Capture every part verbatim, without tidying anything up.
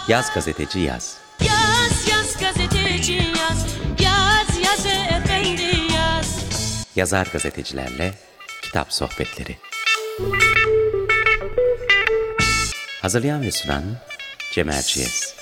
Yaz gazeteci yaz. Yaz yaz gazeteci yaz. Yaz yaz efendi yaz. Yazar gazetecilerle kitap sohbetleri. Hazırlayan ve sunan Cem Erciyes.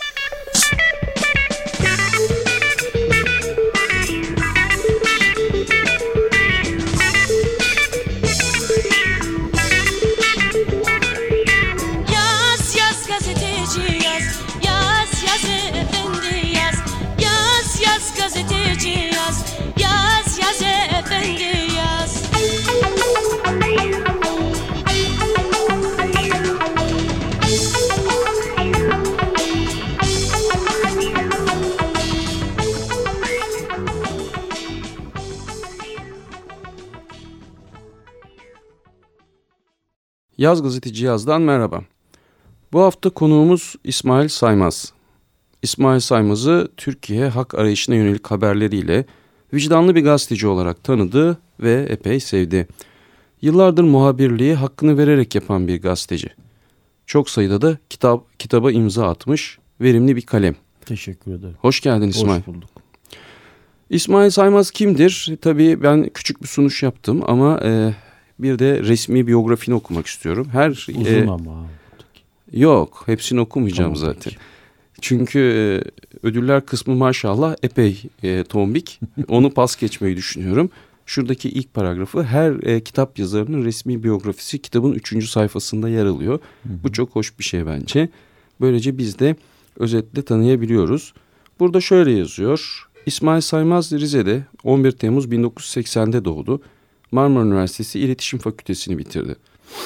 Yaz Gazeteci Yaz'dan merhaba. Bu hafta konuğumuz İsmail Saymaz. İsmail Saymaz'ı Türkiye hak arayışına yönelik haberleriyle vicdanlı bir gazeteci olarak tanıdı ve epey sevdi. Yıllardır muhabirliği hakkını vererek yapan bir gazeteci. Çok sayıda da kitap kitaba imza atmış, verimli bir kalem. Teşekkür ederim. Hoş geldin İsmail. Hoş bulduk. İsmail Saymaz kimdir? Tabii ben küçük bir sunuş yaptım ama e, bir de resmi biyografini okumak istiyorum. Her Uzun e, ama. Yok, hepsini okumayacağım Tamam, zaten. Peki. Çünkü e, ödüller kısmı maşallah epey e, tombik. Onu pas geçmeyi düşünüyorum. Şuradaki ilk paragrafı her e, kitap yazarının resmi biyografisi kitabın üçüncü sayfasında yer alıyor. Hı hı. Bu çok hoş bir şey bence. Böylece biz de özetle tanıyabiliyoruz. Burada şöyle yazıyor. İsmail Saymaz Rize'de on bir Temmuz bin dokuz yüz seksende doğdu. Marmara Üniversitesi İletişim Fakültesini bitirdi.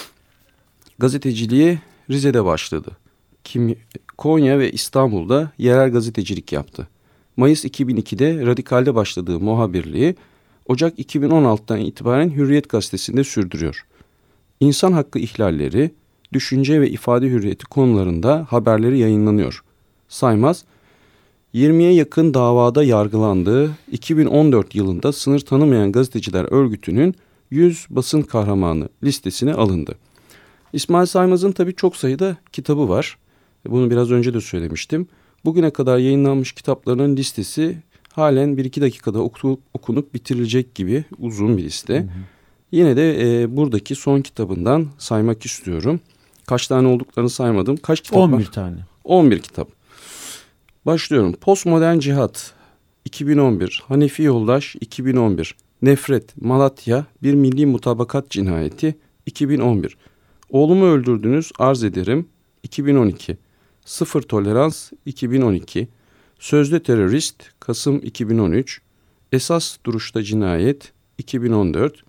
Gazeteciliğe Rize'de başladı. Kim, Konya ve İstanbul'da yerel gazetecilik yaptı. Mayıs iki bin ikide Radikal'de başladığı muhabirliği Ocak iki bin on altıdan itibaren Hürriyet gazetesinde sürdürüyor. İnsan hakkı ihlalleri, düşünce ve ifade hürriyeti konularında haberleri yayınlanıyor. Saymaz, yirmiye yakın davada yargılandığı iki bin on dört yılında Sınır Tanımayan Gazeteciler Örgütü'nün yüz basın kahramanı listesine alındı. İsmail Saymaz'ın tabii çok sayıda kitabı var. Bunu biraz önce de söylemiştim. Bugüne kadar yayınlanmış kitaplarının listesi halen bir iki dakikada oku, okunup bitirilecek gibi uzun bir liste. Hı hı. Yine de e, buradaki son kitabından saymak istiyorum. Kaç tane olduklarını saymadım. Kaç kitap on bir var? on bir tane. on bir kitap. Başlıyorum. Postmodern Cihat iki bin on bir, Hanefi Yoldaş iki bin on bir, Nefret, Malatya, Bir Milli Mutabakat Cinayeti iki bin on bir, Oğlumu Öldürdünüz, Arz Ederim iki bin on iki, Sıfır Tolerans iki bin on iki, Sözde Terörist Kasım iki bin on üç, Esas Duruşta Cinayet iki bin on dört,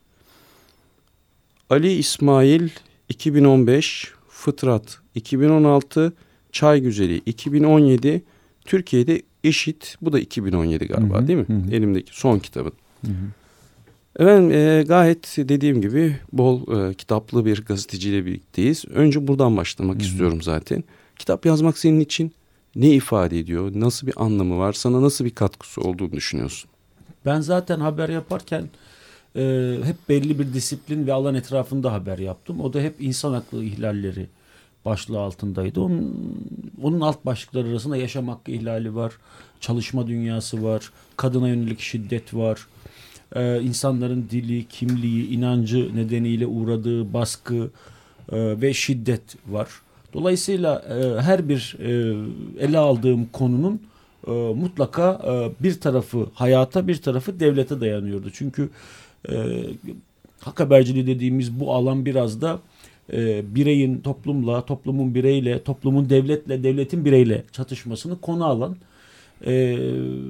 Ali İsmail iki bin on beş, Fıtrat iki bin on altı, Çay Güzeli iki bin on yedi, Türkiye'de Eşit, bu da iki bin on yedi galiba, hı hı, değil mi? Hı hı. Elimdeki son kitabın. Hı hı. Evet, e, gayet dediğim gibi bol e, kitaplı bir gazeteciyle birlikteyiz. Önce buradan başlamak hı hı. istiyorum zaten. Kitap yazmak senin için ne ifade ediyor? Nasıl bir anlamı var? Sana nasıl bir katkısı olduğunu düşünüyorsun? Ben zaten haber yaparken e, hep belli bir disiplin ve alan etrafında haber yaptım. O da hep insan hakları ihlalleri başlığı altındaydı. Onun, onun alt başlıkları arasında yaşam hakkı ihlali var, çalışma dünyası var, kadına yönelik şiddet var, ee, insanların dili, kimliği, inancı nedeniyle uğradığı baskı e, ve şiddet var. Dolayısıyla e, her bir e, ele aldığım konunun e, mutlaka e, bir tarafı hayata, bir tarafı devlete dayanıyordu. Çünkü e, hak haberciliği dediğimiz bu alan biraz da e, bireyin toplumla, toplumun bireyle, toplumun devletle, devletin bireyle çatışmasını konu alan e,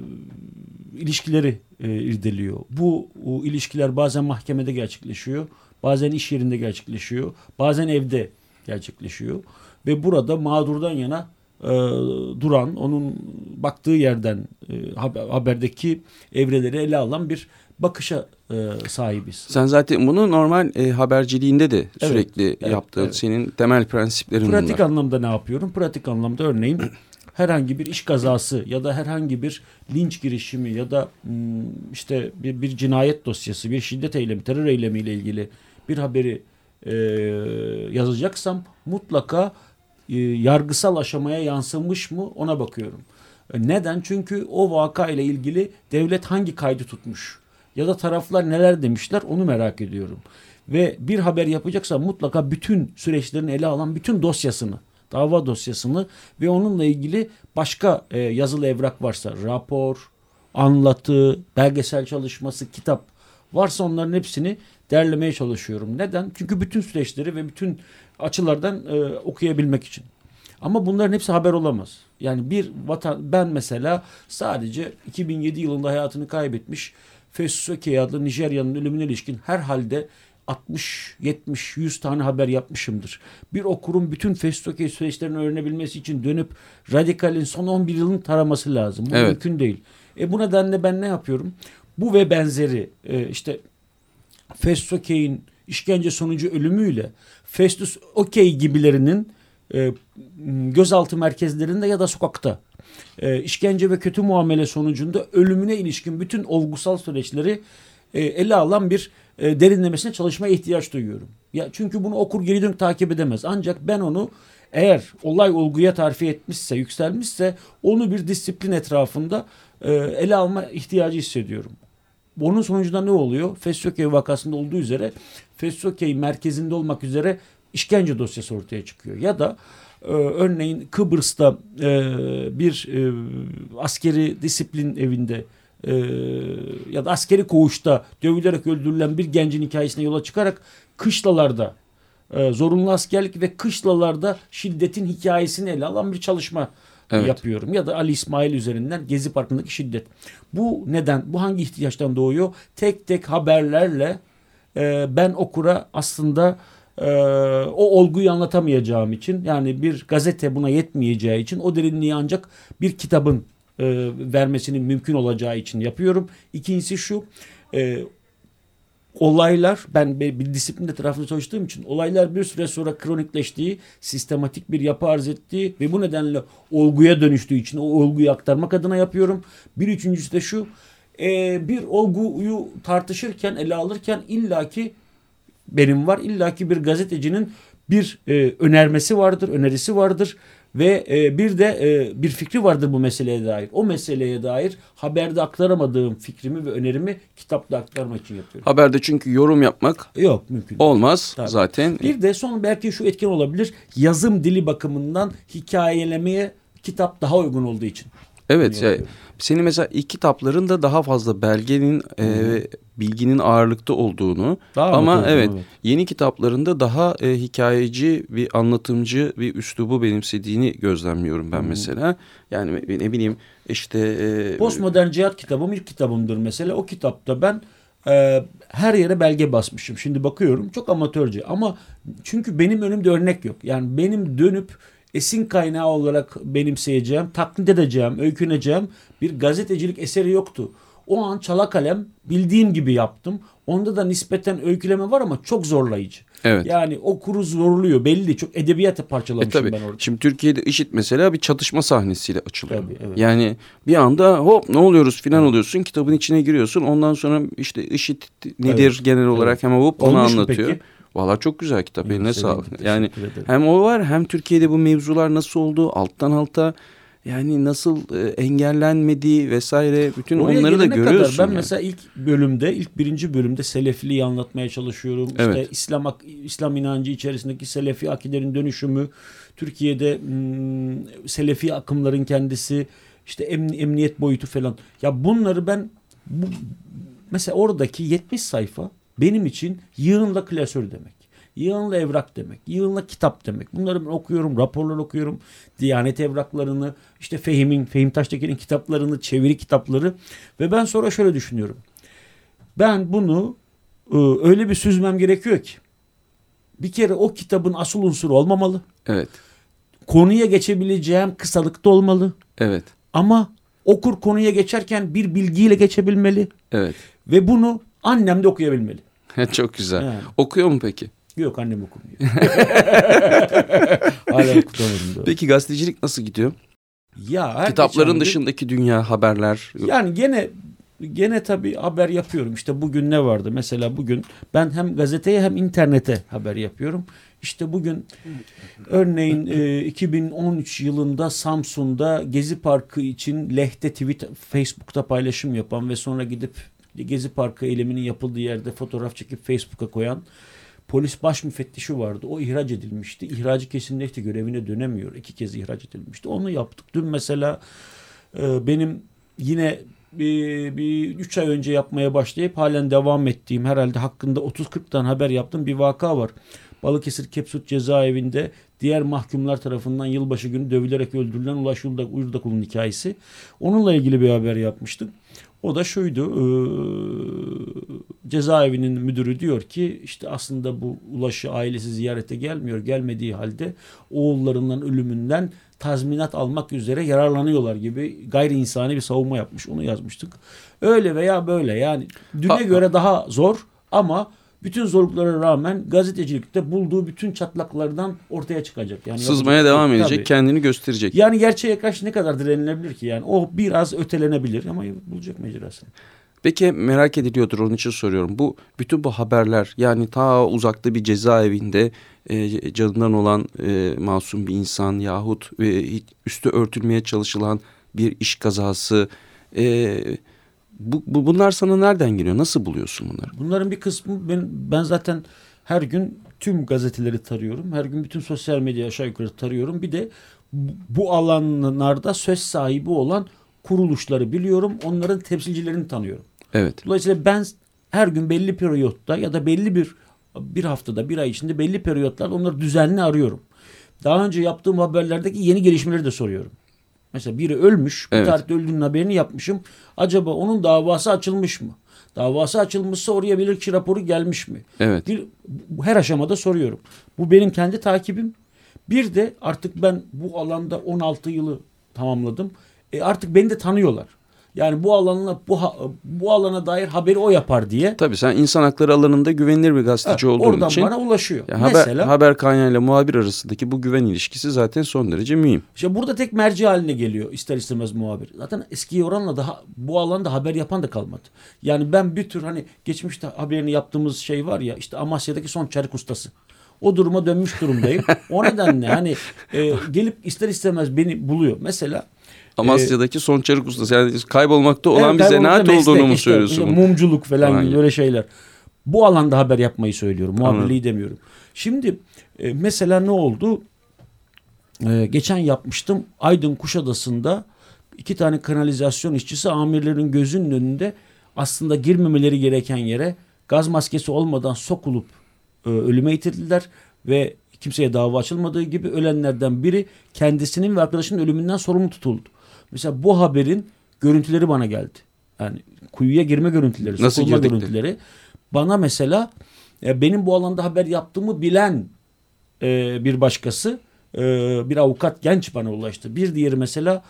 ilişkileri e, irdeliyor. Bu o, ilişkiler bazen mahkemede gerçekleşiyor, bazen iş yerinde gerçekleşiyor, bazen evde gerçekleşiyor. Ve burada mağdurdan yana e, duran, onun baktığı yerden e, haberdeki evreleri ele alan bir bakışa e, sahibiz. Sen zaten bunu normal e, haberciliğinde de sürekli evet, evet, yaptığın evet. senin temel prensiplerin bunlar. Pratik anlamda ne yapıyorum? Pratik anlamda örneğin herhangi bir iş kazası ya da herhangi bir linç girişimi ya da işte bir, bir cinayet dosyası, bir şiddet eylemi, terör eylemiyle ilgili bir haberi e, yazacaksam mutlaka e, yargısal aşamaya yansımış mı ona bakıyorum. E, neden? Çünkü o vaka ile ilgili devlet hangi kaydı tutmuş ya da taraflar neler demişler onu merak ediyorum. Ve bir haber yapacaksa mutlaka bütün süreçlerini ele alan bütün dosyasını, dava dosyasını ve onunla ilgili başka e, yazılı evrak varsa, rapor, anlatı, belgesel çalışması, kitap varsa onların hepsini derlemeye çalışıyorum. Neden? Çünkü bütün süreçleri ve bütün açılardan e, okuyabilmek için. Ama bunların hepsi haber olamaz. Yani bir vatan, ben mesela sadece iki bin yedi yılında hayatını kaybetmiş Festus Okoye adlı Nijerya'nın ölümüne ilişkin herhalde altmış, yetmiş, yüz tane haber yapmışımdır. Bir okurun bütün Festus Okoye süreçlerini öğrenebilmesi için dönüp Radikal'in son on bir yılını taraması lazım. Bu evet. mümkün değil. E bu nedenle ben ne yapıyorum? Bu ve benzeri e, işte Festus Okoye'nin işkence sonucu ölümüyle Festus Okoye gibilerinin e, gözaltı merkezlerinde ya da sokakta e, işkence ve kötü muamele sonucunda ölümüne ilişkin bütün olgusal süreçleri e, ele alan bir e, derinlemesine çalışmaya ihtiyaç duyuyorum. Ya çünkü bunu okur geri dönüp takip edemez. Ancak ben onu eğer olay olguya terfi etmişse, yükselmişse onu bir disiplin etrafında e, ele alma ihtiyacı hissediyorum. Onun sonucunda ne oluyor? Festus Okoye vakasında olduğu üzere Festus Okoye merkezinde olmak üzere işkence dosyası ortaya çıkıyor. Ya da e, örneğin Kıbrıs'ta e, bir e, askeri disiplin evinde e, ya da askeri koğuşta dövülerek öldürülen bir gencin hikayesine yola çıkarak kışlalarda e, zorunlu askerlik ve kışlalarda şiddetin hikayesini ele alan bir çalışma evet. yapıyorum. Ya da Ali İsmail üzerinden Gezi Parkı'ndaki şiddet. Bu neden? Bu hangi ihtiyaçtan doğuyor? Tek tek haberlerle e, ben okura aslında e, o olguyu anlatamayacağım için, yani bir gazete buna yetmeyeceği için o derinliği ancak bir kitabın e, vermesinin mümkün olacağı için yapıyorum. İkincisi şu, e, olaylar, ben bir disiplin etrafında çalıştığım için olaylar bir süre sonra kronikleştiği, sistematik bir yapı arz ettiği ve bu nedenle olguya dönüştüğü için o olguyu aktarmak adına yapıyorum. Bir üçüncüsü de şu, e, bir olguyu tartışırken, ele alırken illaki benim var, illaki bir gazetecinin bir e, önermesi vardır, önerisi vardır. Ve e, bir de e, bir fikri vardır bu meseleye dair. O meseleye dair haberde aktaramadığım fikrimi ve önerimi kitapta aktarmak için yapıyorum. Haberde çünkü yorum yapmak yok, mümkün olmaz değil. zaten. Bir de son belki şu etken olabilir. Yazım dili bakımından hikayelemeye kitap daha uygun olduğu için. Evet. Yani, senin mesela ilk kitapların da daha fazla belgenin e, bilginin ağırlıkta olduğunu daha ama evet, evet yeni kitaplarında daha e, hikayeci bir anlatımcı bir üslubu benimsediğini gözlemliyorum ben hmm. mesela. Yani ne bileyim işte e, Postmodern Cihat kitabım ilk kitabımdır mesela. O kitapta ben e, her yere belge basmışım. Şimdi bakıyorum çok amatörce ama çünkü benim önümde örnek yok. Yani benim dönüp esin kaynağı olarak benimseyeceğim, taklit edeceğim, öyküneceğim bir gazetecilik eseri yoktu. O an çala kalem bildiğim gibi yaptım. Onda da nispeten öyküleme var ama çok zorlayıcı. Evet. Yani okuru zorluyor belli. Çok edebiyata parçalamışım e, ben orada. Şimdi Türkiye'de IŞİD mesela bir çatışma sahnesiyle açılıyor. Tabii, evet. Yani bir anda hop ne oluyoruz filan oluyorsun. Kitabın içine giriyorsun. Ondan sonra işte IŞİD nedir evet. genel olarak evet. hemen hop onu Olmuş anlatıyor. Peki? Valla çok güzel kitap. Evet, eline sağlık. Yani ederim. hem o var hem Türkiye'de bu mevzular nasıl oldu alttan alta yani nasıl e, engellenmediği vesaire bütün oraya onları da görüyorsun. Kadar ben yani. mesela ilk bölümde ilk birinci bölümde Selefiliği anlatmaya çalışıyorum. Evet. İşte İslam İslam inancı içerisindeki Selefi akidelerin dönüşümü, Türkiye'de hmm, Selefi akımların kendisi, işte emni, emniyet boyutu falan. Ya bunları ben bu, mesela oradaki yetmiş sayfa benim için yığınla klasör demek. Yığınla evrak demek. Yığınla kitap demek. Bunları ben okuyorum, raporlar okuyorum. Diyanet evraklarını, işte Fehim'in, Fehim Taştekin'in kitaplarını, çeviri kitapları. Ve ben sonra şöyle düşünüyorum. Ben bunu e, öyle bir süzmem gerekiyor ki. Bir kere o kitabın asıl unsuru olmamalı. Evet. Konuya geçebileceğim kısalıkta olmalı. Evet. Ama okur konuya geçerken bir bilgiyle geçebilmeli. Evet. Ve bunu annem de okuyabilmeli. Çok güzel. Yani. Okuyor mu peki? Yok, annem okumuyor. Hala okutamadım. Peki gazetecilik nasıl gidiyor? Ya kitapların gün, dışındaki dünya, haberler. Yani gene gene tabii haber yapıyorum. İşte bugün ne vardı? Mesela bugün ben hem gazeteye hem internete haber yapıyorum. İşte bugün örneğin e, iki bin on üç yılında Samsun'da Gezi Parkı için lehte tweet, Facebook'ta paylaşım yapan ve sonra gidip Gezi Parkı eyleminin yapıldığı yerde fotoğraf çekip Facebook'a koyan polis baş müfettişi vardı. O ihraç edilmişti. İhracı kesinleşti. Görevine dönemiyor. İki kez ihraç edilmişti. Onu yaptık. Dün mesela e, benim yine bir, bir üç ay önce yapmaya başlayıp halen devam ettiğim, herhalde hakkında otuz kırk tane haber yaptığım bir vaka var. Balıkesir Kepsut Cezaevi'nde diğer mahkumlar tarafından yılbaşı günü dövülerek öldürülen Ulaş Yurdakul'un hikayesi. Onunla ilgili bir haber yapmıştık. O da şuydu, e, cezaevinin müdürü diyor ki işte aslında bu Ulaş'ı ailesi ziyarete gelmiyor. Gelmediği halde oğullarının ölümünden tazminat almak üzere yararlanıyorlar gibi gayri insani bir savunma yapmış. Onu yazmıştık. Öyle veya böyle, yani düne ha, göre daha zor ama bütün zorluklara rağmen gazetecilikte bulduğu bütün çatlaklardan ortaya çıkacak. Yani sızmaya devam edecek, tabii, kendini gösterecek. Yani gerçeğe karşı ne kadar direnilebilir ki? Yani o biraz ötelenebilir ama bulacak mecrasını. Peki merak ediliyordur, onun için soruyorum. Bu bütün bu haberler, yani ta uzakta bir cezaevinde e, canından olan e, masum bir insan yahut e, üstü örtülmeye çalışılan bir iş kazası, e, bu, bu bunlar sana nereden geliyor? Nasıl buluyorsun bunları? Bunların bir kısmı ben, ben zaten her gün tüm gazeteleri tarıyorum. Her gün bütün sosyal medya aşağı yukarı tarıyorum. Bir de bu alanlarda söz sahibi olan kuruluşları biliyorum. Onların temsilcilerini tanıyorum. Evet. Dolayısıyla ben her gün belli periyotta ya da belli bir bir haftada, bir ay içinde belli periyotlarda onları düzenli arıyorum. Daha önce yaptığım haberlerdeki yeni gelişmeleri de soruyorum. Mesela biri ölmüş, bu evet. tarihte öldüğünün haberini yapmışım. Acaba onun davası açılmış mı? Davası açılmışsa oraya bilirkişi raporu gelmiş mi? Evet. Bir, her aşamada soruyorum. Bu benim kendi takibim. Bir de artık ben bu alanda on altı yılı tamamladım. E artık beni de tanıyorlar. Yani bu alanla bu bu alana dair haberi o yapar diye. Tabii sen insan hakları alanında güvenilir bir gazeteci evet, olduğun oradan için. Oradan bana ulaşıyor. Ya haber, Mesela, haber kaynağıyla muhabir arasındaki bu güven ilişkisi zaten son derece mühim. İşte burada tek merci haline geliyor ister istemez muhabir. Zaten eskiye oranla daha bu alanda haber yapan da kalmadı. Yani ben bir tür hani geçmişte haberini yaptığımız şey var ya, işte Amasya'daki son çarık ustası. O duruma dönmüş durumdayım. O nedenle hani e, gelip ister istemez beni buluyor. Mesela Amasya'daki son çarık ustası, yani kaybolmakta olan evet, bir zanaat olduğunu mu işte, söylüyorsun? Işte, mumculuk falan gibi böyle şeyler. Bu alanda haber yapmayı söylüyorum. Muhabirliği demiyorum. Şimdi e, mesela ne oldu? E, geçen yapmıştım. Aydın Kuşadası'nda iki tane kanalizasyon işçisi amirlerin gözünün önünde aslında girmemeleri gereken yere gaz maskesi olmadan sokulup e, ölüme itildiler ve kimseye dava açılmadığı gibi ölenlerden biri kendisinin ve arkadaşının ölümünden sorumlu tutuldu. Mesela bu haberin görüntüleri bana geldi. Yani kuyuya girme görüntüleri, nasıl sokulma görüntüleri. Bana mesela e, benim bu alanda haber yaptığımı bilen e, bir başkası, e, bir avukat genç bana ulaştı. Bir diğeri mesela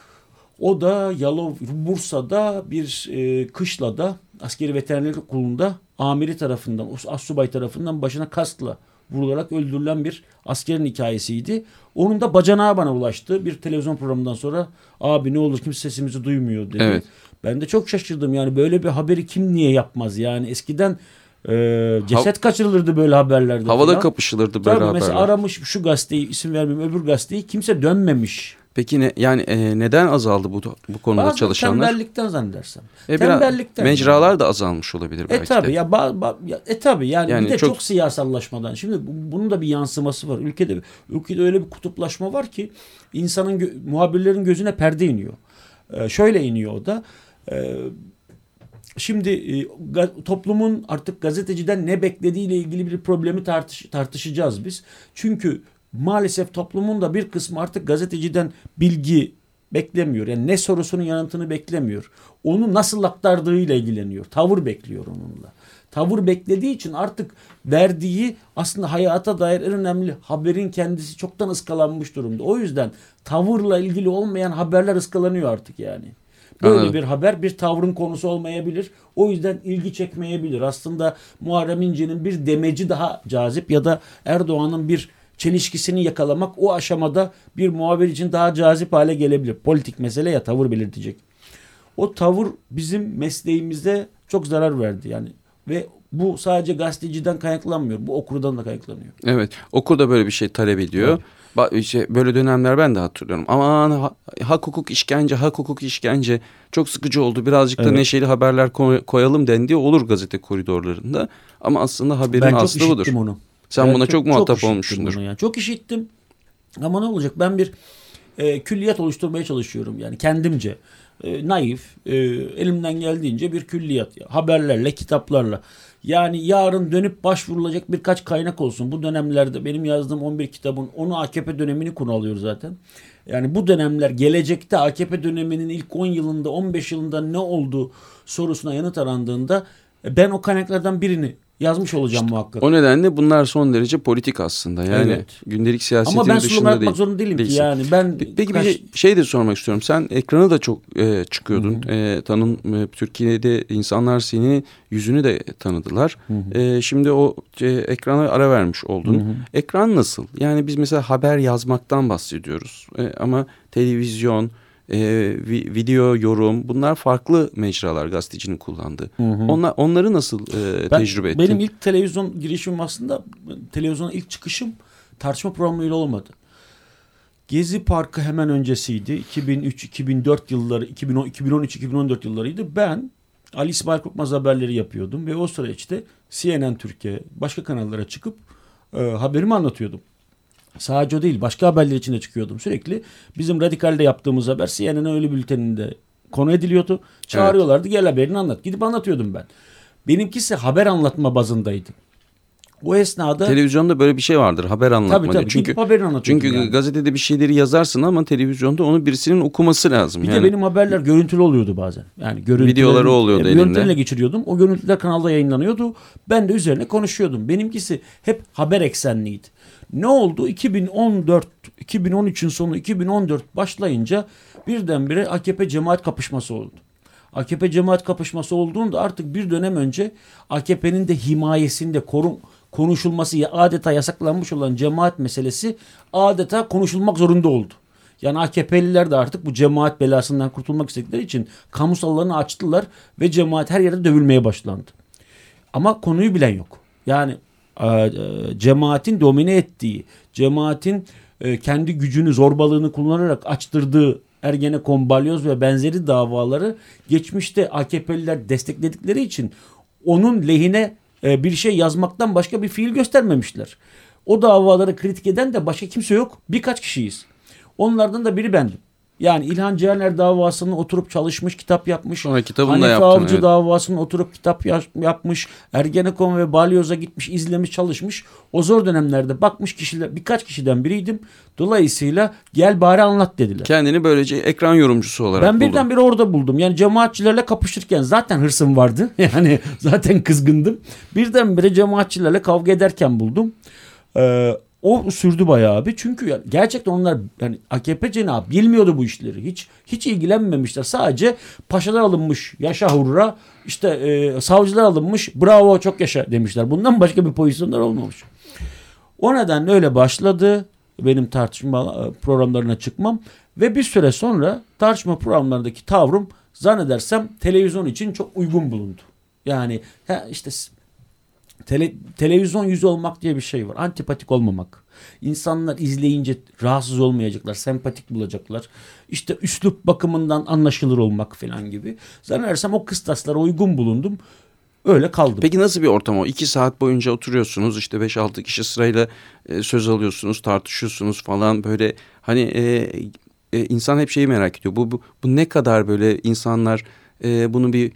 o da Yalov, Bursa'da bir e, kışlada askeri veterinerlik okulunda amiri tarafından, astsubay tarafından başına kaskla vurularak öldürülen bir askerin hikayesiydi. Onun da bacanağı bana ulaştı. Bir televizyon programından sonra abi ne olur kimse sesimizi duymuyor dedi. Evet. Ben de çok şaşırdım. Yani böyle bir haberi kim niye yapmaz? Yani eskiden e, ceset Hav- kaçırılırdı böyle haberlerde. Havada falan. kapışılırdı böyle Tabii haberler. Mesela aramış şu gazeteyi, isim vermeyeyim, öbür gazeteyi, kimse dönmemiş. Peki ne, yani e, neden azaldı bu bu konuda Bazen çalışanlar? Tembellikten zannedersem. E, tembellikten. Mecralar yani da azalmış olabilir belki. E tabii ya, ba, ba, e tabii yani, yani bir de çok, çok siyasallaşmadan. Şimdi bunun da bir yansıması var. Ülkede ülkede öyle bir kutuplaşma var ki insanın gö- muhabirlerin gözüne perde iniyor. Ee, şöyle iniyor o da. Ee, Şimdi e, ga- toplumun artık gazeteciden ne beklediğiyle ilgili bir problemi tartış- tartışacağız biz. Çünkü maalesef toplumun da bir kısmı artık gazeteciden bilgi beklemiyor. Yani ne sorusunun yanıtını beklemiyor. Onu nasıl aktardığıyla ilgileniyor. Tavır bekliyor onunla. Tavır beklediği için artık verdiği aslında hayata dair en önemli haberin kendisi çoktan ıskalanmış durumda. O yüzden tavırla ilgili olmayan haberler ıskalanıyor artık yani. Böyle Anladım. bir haber bir tavrın konusu olmayabilir. O yüzden ilgi çekmeyebilir. Aslında Muharrem İnce'nin bir demeci daha cazip ya da Erdoğan'ın bir çelişkisini yakalamak o aşamada bir muhabir için daha cazip hale gelebilir. Politik mesele ya, tavır belirtecek. O tavır bizim mesleğimize çok zarar verdi yani ve Bu sadece gazeteciden kaynaklanmıyor. Bu okurdan da kaynaklanıyor. Evet. Okur da böyle bir şey talep ediyor. Evet. Ba- şey, böyle dönemler ben de hatırlıyorum. Aman ha- hak hukuk işkence, hak hukuk işkence çok sıkıcı oldu. Birazcık da evet. neşeli haberler koy- koyalım dendi. Olur gazete koridorlarında. Ama aslında haberin ben aslı budur. Ben çok işittim onu. Sen ben buna çok, çok muhatap çok olmuşsundur. Yani. Çok işittim. Ama ne olacak? Ben bir e, külliyat oluşturmaya çalışıyorum. Yani kendimce. E, naif, e, elimden geldiğince bir külliyat. Haberlerle, kitaplarla. Yani yarın dönüp başvurulacak birkaç kaynak olsun. Bu dönemlerde benim yazdığım on bir kitabın onu A K P dönemini konu alıyor zaten. Yani bu dönemler gelecekte A K P döneminin ilk on yılında, on beş yılında ne oldu sorusuna yanıt arandığında ben o kaynaklardan birini yazmış olacağım işte muhakkak. O nedenle bunlar son derece politik aslında. Yani evet. gündelik siyasetin dışında değil. Ama ben slogan atmak zorunda değilim değilsin. ki yani. Ben Peki kaç... bir şey, şey de sormak istiyorum. Sen ekrana da çok e, çıkıyordun. E, tanın e, Türkiye'de insanlar seni yüzünü de tanıdılar. E, şimdi o e, ekrana ara vermiş oldun. Hı hı. Ekran nasıl? Yani biz mesela haber yazmaktan bahsediyoruz. E, ama televizyon, E, vi, video, yorum bunlar farklı mecralar gazetecinin kullandığı. Hı hı. Onlar, onları nasıl e, ben, tecrübe ettin? Benim ilk televizyon girişimim aslında televizyona ilk çıkışım tartışma programıyla olmadı. Gezi Parkı hemen öncesiydi. iki bin üç iki bin dört yılları, iki bin on, iki bin on üç iki bin on dört yıllarıydı. Ben Ali İsmail Korkmaz haberleri yapıyordum ve o süreçte C N N Türkiye başka kanallara çıkıp e, haberimi anlatıyordum. Sadece o değil, başka haberler için de çıkıyordum sürekli. Bizim Radikal'de yaptığımız haber C N N öğle bülteninde konu ediliyordu. Çağırıyorlardı, evet. Gel haberini anlat. Gidip anlatıyordum ben. Benimkisi haber anlatma bazındaydı. O esnada... Televizyonda böyle bir şey vardır, haber anlatma. Tabii tabii, çünkü haberini anlatıyordum. Çünkü yani. gazetede bir şeyleri yazarsın ama televizyonda onu birisinin okuması lazım. Bir yani. de benim haberler görüntülü oluyordu bazen. Yani görüntüleri, videoları oluyordu elinde. Görüntülerle geçiriyordum. O görüntüler kanalda yayınlanıyordu. Ben de üzerine konuşuyordum. Benimkisi hep haber eksenliydi. Ne oldu? iki bin on dört, iki bin on üçün sonu iki bin on dört başlayınca birdenbire A K P cemaat kapışması oldu. A K P cemaat kapışması olduğunda artık bir dönem önce A K P'nin de himayesinde korum, konuşulması adeta yasaklanmış olan cemaat meselesi adeta konuşulmak zorunda oldu. Yani A K P'liler de artık bu cemaat belasından kurtulmak istedikleri için kamusal alanı açtılar ve cemaat her yerde dövülmeye başlandı. Ama konuyu bilen yok. Yani cemaatin domine ettiği, cemaatin kendi gücünü, zorbalığını kullanarak açtırdığı Ergenekon, Balyoz ve benzeri davaları geçmişte A K P'liler destekledikleri için onun lehine bir şey yazmaktan başka bir fiil göstermemişler. O davaları kritik eden de başka kimse yok. Birkaç kişiyiz. Onlardan da biri bendim. Yani İlhan Cihaner davasını oturup çalışmış, kitap yapmış. Hanife Avcı evet. davasını oturup kitap yapmış. Ergenekon ve Balyoz'a gitmiş, izlemiş, çalışmış. O zor dönemlerde bakmış kişiler, birkaç kişiden biriydim. Dolayısıyla gel bari anlat dediler. Kendini böylece ekran yorumcusu olarak ben buldum. Ben birdenbire orada buldum. Yani cemaatçilerle kapışırken zaten hırsım vardı. Yani zaten kızgındım. Birdenbire cemaatçilerle kavga ederken buldum. Ee, O sürdü bayağı abi. Çünkü yani gerçekten onlar yani A K P cenahı bilmiyordu bu işleri. Hiç hiç ilgilenmemişler. Sadece paşalar alınmış yaşa hurra. İşte e, savcılar alınmış bravo çok yaşa demişler. Bundan başka bir pozisyonlar olmamış. O nedenle öyle başladı benim tartışma programlarına çıkmam. Ve bir süre sonra tartışma programlarındaki tavrım zannedersem televizyon için çok uygun bulundu. Yani işte... Tele, televizyon yüzü olmak diye bir şey var. Antipatik olmamak. İnsanlar izleyince rahatsız olmayacaklar. Sempatik bulacaklar. İşte üslup bakımından anlaşılır olmak falan gibi. Zannedersem o kıstaslara uygun bulundum. Öyle kaldım. Peki nasıl bir ortam o? İki saat boyunca oturuyorsunuz. İşte beş altı kişi sırayla e, söz alıyorsunuz. Tartışıyorsunuz falan. Böyle hani e, e, insan hep şeyi merak ediyor. Bu, bu, bu ne kadar böyle insanlar e, bunu bir...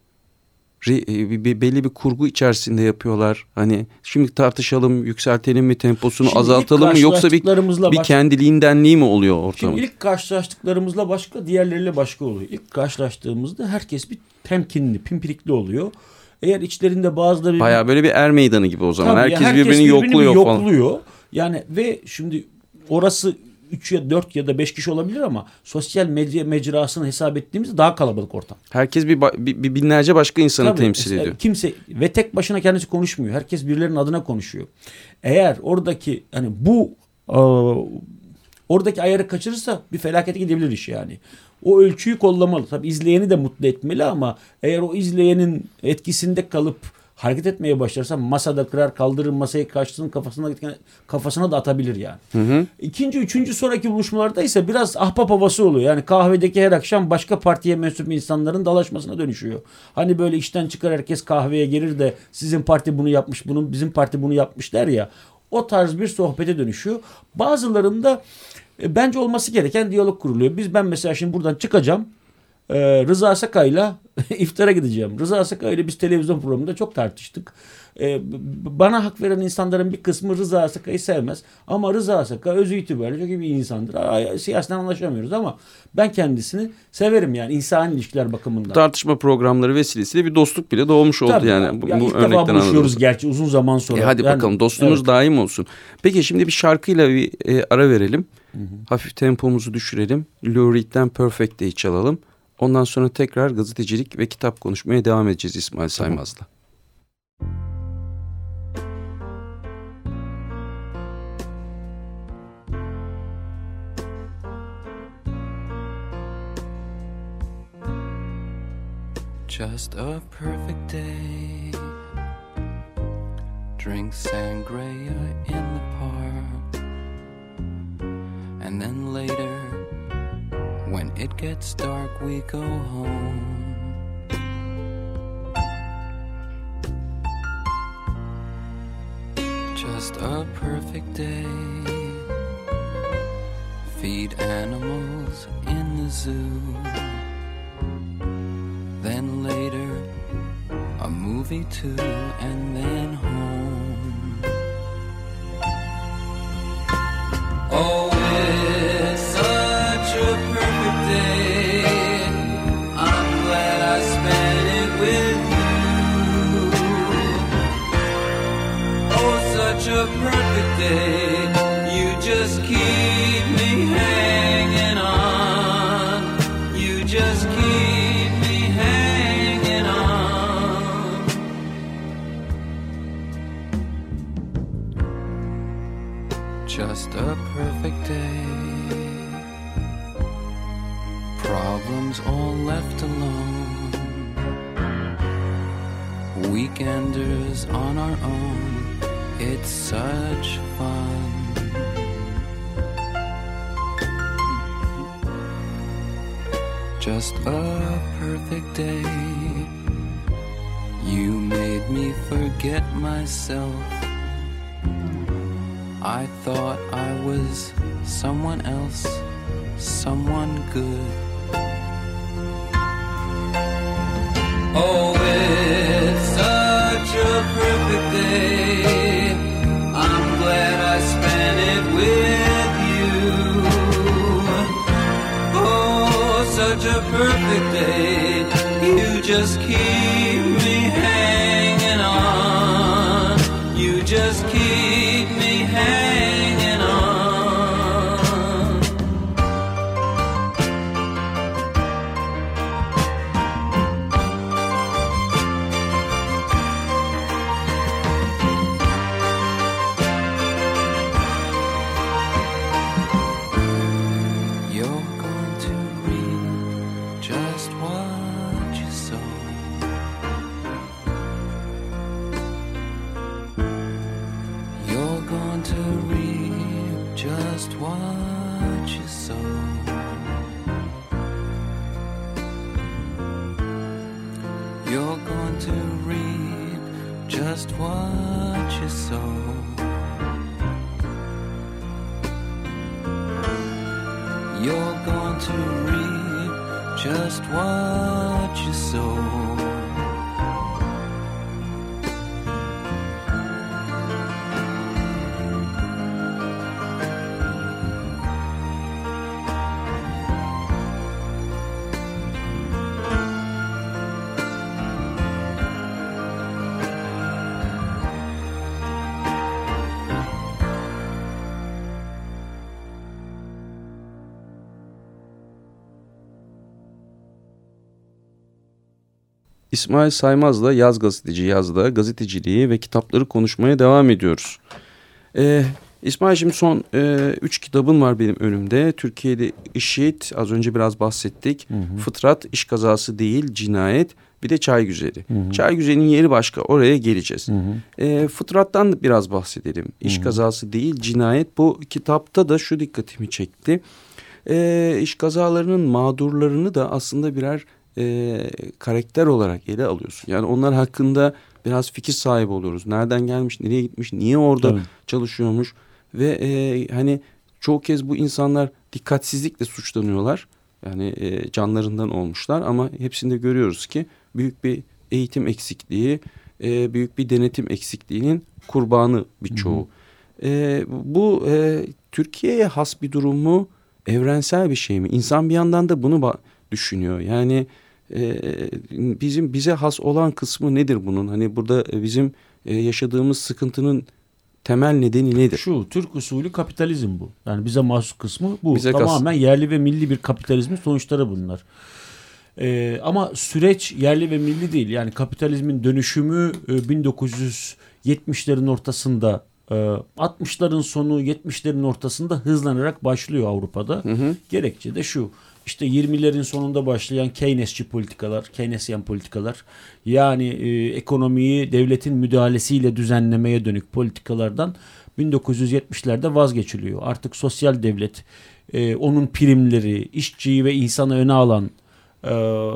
belli bir kurgu içerisinde yapıyorlar. Hani şimdi tartışalım, yükseltelim mi temposunu, şimdi azaltalım mı yoksa bir, bir kendiliğindenliği mi oluyor ortamı? Şimdi ilk karşılaştıklarımızla başka, diğerleriyle başka oluyor. İlk karşılaştığımızda herkes bir temkinli, pimpirikli oluyor. Eğer içlerinde bazıları... Bayağı böyle bir er meydanı gibi o zaman. Herkes, herkes birbirini, birbirini yokluyor, yokluyor falan. Yani ve şimdi orası üç ya dört ya da beş kişi olabilir ama sosyal medya mecrasını hesap ettiğimizde daha kalabalık ortam. Herkes bir, bir, bir binlerce başka insanı Tabii, temsil ediyor. Kimse ve tek başına kendisi konuşmuyor. Herkes birilerinin adına konuşuyor. Eğer oradaki hani bu e, oradaki ayarı kaçırırsa bir felakete gidebilir iş yani. O ölçüyü kollamalı. Tabii izleyeni de mutlu etmeli ama eğer o izleyenin etkisinde kalıp hareket etmeye başlarsa masada kırar, kaldırır, masayı karşısının kafasına kafasına da atabilir yani. Hı hı. İkinci, üçüncü sonraki buluşmalarda ise biraz ahbap havası oluyor. Yani kahvedeki her akşam başka partiye mensup insanların dalaşmasına dönüşüyor. Hani böyle işten çıkar herkes kahveye gelir de sizin parti bunu yapmış, bunun bizim parti bunu yapmış der ya. O tarz bir sohbete dönüşüyor. Bazılarında e, bence olması gereken diyalog kuruluyor. Biz ben mesela şimdi buradan çıkacağım. E, Rıza Sakay'la iftara gideceğim. Rıza Sakay'la biz televizyon programında çok tartıştık. E, bana hak veren insanların bir kısmı Rıza Sakay'ı sevmez. Ama Rıza Sakay özü itibariyle çok iyi bir insandır. Siyaseten anlaşamıyoruz ama ben kendisini severim yani insan ilişkiler bakımından. Tartışma programları vesilesiyle bir dostluk bile doğmuş oldu. Tabii, yani. Bu, ya bu ilk defa buluşuyoruz gerçi uzun zaman sonra. E hadi yani, bakalım dostluğunuz evet. daim olsun. Peki şimdi bir şarkıyla bir e, ara verelim. Hı hı. Hafif tempomuzu düşürelim. Lou Reed'den Perfect Day çalalım. Ondan sonra tekrar gazetecilik ve kitap konuşmaya devam edeceğiz İsmail Saymaz'la. Just a perfect day. Drink sangria in the park. And then later, when it gets dark, we go home. Just a perfect day. Feed animals in the zoo. Then later, a movie too, and then home. Oh, it's such a perfect day. I'm glad I spent it with you. Oh, such a perfect day. You just keep me hanging on. You just keep me hanging on. Just a perfect day. Problems all left alone. Weekenders on our own. It's such fun. Just a perfect day. You made me forget myself. I thought I was someone else, someone good. Oh, it's such a perfect day. I'm glad I spent it with you. Oh, such a perfect day. You just keep me hanging on. You just keep me hanging on. You're going to reap just what you sow. You're going to reap just what you sow. You're going to reap just what you sow. You're going to reap just what you sow. İsmail Saymaz'la Yaz Gazeteci Yaz'da gazeteciliği ve kitapları konuşmaya devam ediyoruz. Ee, İsmail şimdi son e, üç kitabın var benim önümde. Türkiye'de IŞİD, az önce biraz bahsettik. Hı hı. Fıtrat, İş Kazası Değil, Cinayet bir de Çaygüzeri. Hı hı. Çaygüzeri'nin yeri başka, oraya geleceğiz. Hı hı. E, fıtrattan biraz bahsedelim. İş Hı hı. kazası değil cinayet. Bu kitapta da şu dikkatimi çekti. E, iş kazalarının mağdurlarını da aslında birer e, karakter olarak ele alıyorsun. Yani onlar hakkında biraz fikir sahibi oluyoruz. Nereden gelmiş, nereye gitmiş, niye orada Tabii. çalışıyormuş ve e, hani çoğu kez bu insanlar dikkatsizlikle suçlanıyorlar. Yani e, canlarından olmuşlar ama hepsinde görüyoruz ki büyük bir eğitim eksikliği, e, büyük bir denetim eksikliğinin kurbanı birçoğu. E, bu e, Türkiye'ye has bir durum mu, evrensel bir şey mi? İnsan bir yandan da bunu düşünüyor. Yani e, bizim bize has olan kısmı nedir bunun? Hani burada bizim e, yaşadığımız sıkıntının temel nedeni nedir? Şu Türk usulü kapitalizm bu. Yani bize mahsus kısmı bu. Bize Tamamen kas- yerli ve milli bir kapitalizmin sonuçları bunlar. Ee, ama süreç yerli ve milli değil. Yani kapitalizmin dönüşümü e, bin dokuz yüz yetmişlerin ortasında, e, altmışların sonu yetmişlerin ortasında hızlanarak başlıyor Avrupa'da. Hı hı. Gerekçe de şu. İşte yirmilerin sonunda başlayan Keynesçi politikalar, Keynesyen politikalar, yani e, ekonomiyi devletin müdahalesiyle düzenlemeye dönük politikalardan bin dokuz yüz yetmişlerde vazgeçiliyor. Artık sosyal devlet, e, onun primleri, işçiyi ve insanı öne alan e,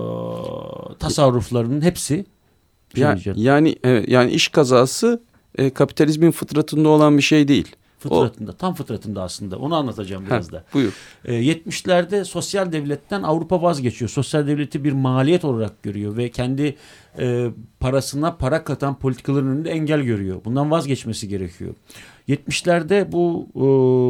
tasarruflarının hepsi Yani, yani evet, yani iş kazası e, kapitalizmin fıtratında olan bir şey değil. fıtratında, o, tam fıtratında aslında. Onu anlatacağım biraz heh, da. Buyur. E, yetmişlerde sosyal devletten Avrupa vazgeçiyor. Sosyal devleti bir maliyet olarak görüyor ve kendi e, parasına para katan politikaların önünde engel görüyor. Bundan vazgeçmesi gerekiyor. yetmişlerde bu e,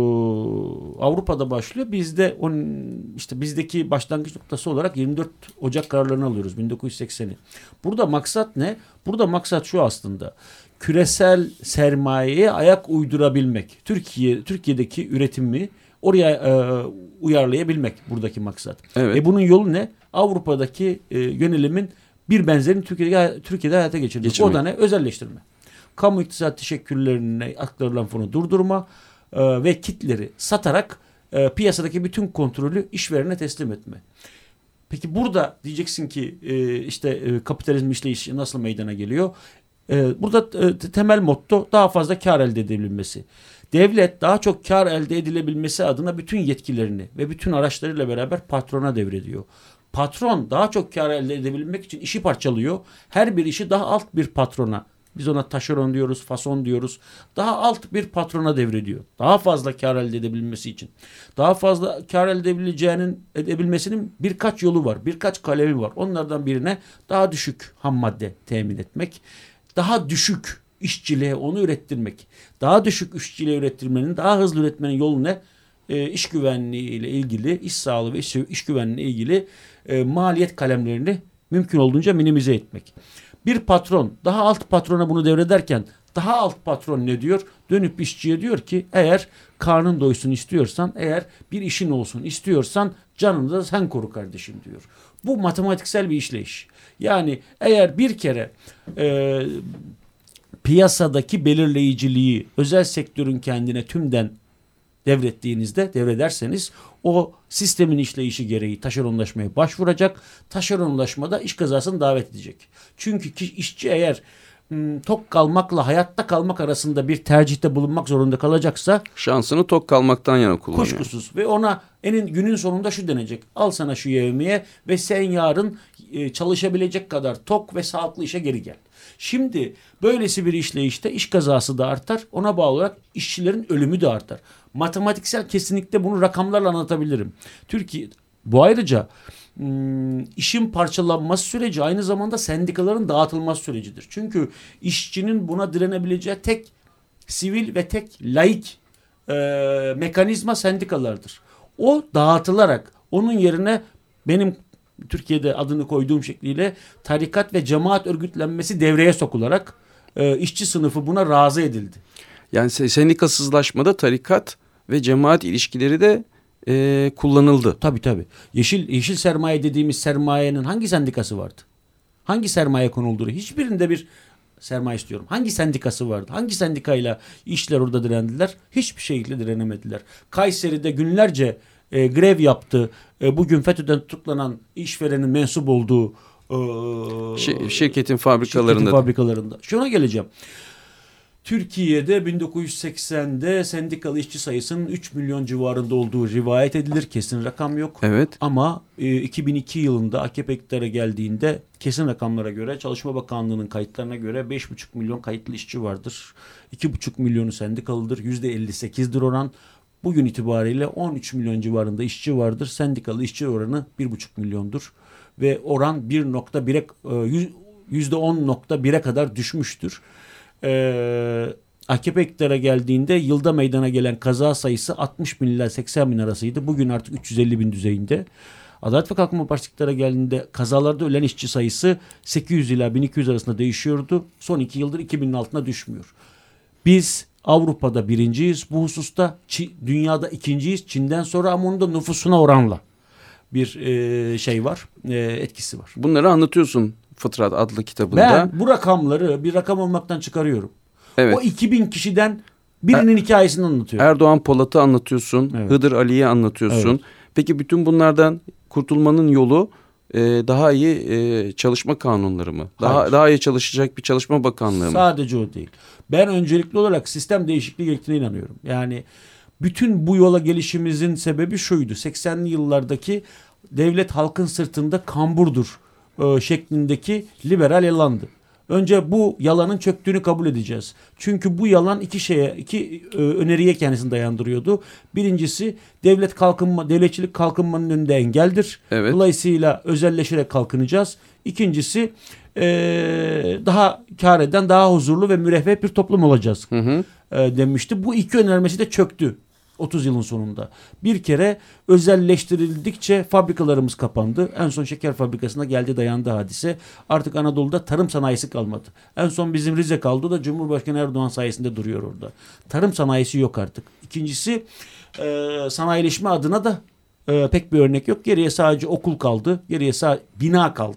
Avrupa'da başlıyor. Bizde on, işte bizdeki başlangıç noktası olarak yirmi dört Ocak kararlarını alıyoruz bin dokuz yüz sekseni. Burada maksat ne? Burada maksat şu aslında. Küresel sermayeye ayak uydurabilmek. Türkiye Türkiye'deki üretimi oraya e, uyarlayabilmek buradaki maksat. Evet. E bunun yolu ne? Avrupa'daki e, yönelimin bir benzerini Türkiye'de Türkiye'de hayata geçirmek. O da ne? Özelleştirme. Kamu iktisat teşekkürlerine aktarılan fonu durdurma e, ve kitleri satarak e, piyasadaki bütün kontrolü işverene teslim etme. Peki burada diyeceksin ki e, işte e, kapitalizm işleyişi nasıl meydana geliyor? E, burada e, temel motto daha fazla kar elde edebilmesi. Devlet daha çok kar elde edilebilmesi adına bütün yetkilerini ve bütün araçlarıyla beraber patrona devrediyor. Patron daha çok kar elde edebilmek için işi parçalıyor. Her bir işi daha alt bir patrona, biz ona taşeron diyoruz, fason diyoruz, daha alt bir patrona devrediyor. Daha fazla kar elde edebilmesi için. Daha fazla kar elde edebileceğinin, edebilmesinin birkaç yolu var, birkaç kalemi var. Onlardan birine daha düşük ham madde temin etmek, daha düşük işçiliğe onu ürettirmek. Daha düşük işçiliğe ürettirmenin, daha hızlı üretmenin yolu ne? E, iş güvenliği ile ilgili, iş sağlığı ve iş, iş güvenliği ile ilgili e, maliyet kalemlerini mümkün olduğunca minimize etmek. Bir patron daha alt patrona bunu devrederken daha alt patron ne diyor? Dönüp işçiye diyor ki eğer karnın doysun istiyorsan, eğer bir işin olsun istiyorsan canını da sen koru kardeşim diyor. Bu matematiksel bir işleyiş. Yani eğer bir kere e, piyasadaki belirleyiciliği özel sektörün kendine tümden devrettiğinizde, devrederseniz o sistemin işleyişi gereği taşeronlaşmaya başvuracak. Taşeronlaşmada iş kazasını davet edecek. Çünkü ki işçi eğer m, tok kalmakla hayatta kalmak arasında bir tercihte bulunmak zorunda kalacaksa şansını tok kalmaktan yana kullanıyor. Kuşkusuz ve ona enin günün sonunda şu denecek: al sana şu yevmiye ve sen yarın e, çalışabilecek kadar tok ve sağlıklı işe geri gel. Şimdi böylesi bir işleyişte iş kazası da artar. Ona bağlı olarak işçilerin ölümü de artar. Matematiksel kesinlikle bunu rakamlarla anlatabilirim. Türkiye bu ayrıca işin parçalanması süreci aynı zamanda sendikaların dağıtılması sürecidir. Çünkü işçinin buna direnebileceği tek sivil ve tek laik e, mekanizma sendikalardır. O dağıtılarak onun yerine benim Türkiye'de adını koyduğum şekliyle tarikat ve cemaat örgütlenmesi devreye sokularak e, işçi sınıfı buna razı edildi. Yani sendikasızlaşmada tarikat ve cemaat ilişkileri de e, kullanıldı. Tabii tabii. Yeşil, yeşil sermaye dediğimiz sermayenin hangi sendikası vardı? Hangi sermaye konuldu? Hiçbirinde bir sermaye istiyorum. Hangi sendikası vardı? Hangi sendikayla işçiler orada direndiler? Hiçbir şekilde direnemediler. Kayseri'de günlerce e, grev yaptı. E, bugün FETÖ'den tutuklanan işverenin mensup olduğu Ee, Şir- şirketin fabrikalarında. Şirketin fabrikalarında. Şuna geleceğim. Türkiye'de bin dokuz yüz seksende sendikalı işçi sayısının üç milyon civarında olduğu rivayet edilir. Kesin rakam yok. Evet. Ama e, iki bin iki yılında A K P iktidara geldiğinde kesin rakamlara göre, Çalışma Bakanlığı'nın kayıtlarına göre beş buçuk milyon kayıtlı işçi vardır. iki buçuk milyonu sendikalıdır. yüzde elli sekizdir oran. Bugün itibariyle on üç milyon civarında işçi vardır. Sendikalı işçi oranı bir buçuk milyondur. Ve oran bir nokta bire, yüzde on nokta bire kadar düşmüştür. Ee, A K P iktidara geldiğinde yılda meydana gelen kaza sayısı altmış bin ile seksen bin arasıydı. Bugün artık üç yüz elli bin düzeyinde. Adalet ve Kalkınma Partisi iktidara geldiğinde kazalarda ölen işçi sayısı sekiz yüz ila bin iki yüz arasında değişiyordu. Son iki yıldır iki binin altına düşmüyor. Biz Avrupa'da birinciyiz bu hususta. Çin, dünyada ikinciyiz Çin'den sonra, ama onun da nüfusuna oranla bir e, şey var, e, etkisi var. Bunları anlatıyorsun Fıtrat adlı kitabında. Ben bu rakamları bir rakam olmaktan çıkarıyorum. Evet. O iki bin kişiden birinin er, hikayesini anlatıyorum. Erdoğan Polat'ı anlatıyorsun, evet. Hıdır Ali'yi anlatıyorsun. Evet. Peki bütün bunlardan kurtulmanın yolu e, daha iyi e, çalışma kanunları mı? Daha Hayır. daha iyi çalışacak bir çalışma bakanlığı mı? Sadece o değil. Ben öncelikli olarak sistem değişikliği gerektiğine inanıyorum. Yani bütün bu yola gelişimizin sebebi şuydu. seksenli yıllardaki devlet halkın sırtında kamburdur e, şeklindeki liberal yalandı. Önce bu yalanın çöktüğünü kabul edeceğiz. Çünkü bu yalan iki şeye, iki e, öneriye kendisini dayandırıyordu. Birincisi, devlet kalkınma, devletçilik kalkınmanın önünde engeldir. Evet. Dolayısıyla özelleşerek kalkınacağız. İkincisi, e, daha kâr eden, daha huzurlu ve müreffeh bir toplum olacağız hı hı. E, demişti. Bu iki önermesi de çöktü otuz yılın sonunda. Bir kere özelleştirildikçe fabrikalarımız kapandı. En son şeker fabrikasına geldi dayandı hadise. Artık Anadolu'da tarım sanayisi kalmadı. En son bizim Rize kaldı da Cumhurbaşkanı Erdoğan sayesinde duruyor orada. Tarım sanayisi yok artık. İkincisi, e, sanayileşme adına da e, pek bir örnek yok. Geriye sadece okul kaldı. Geriye sadece bina kaldı.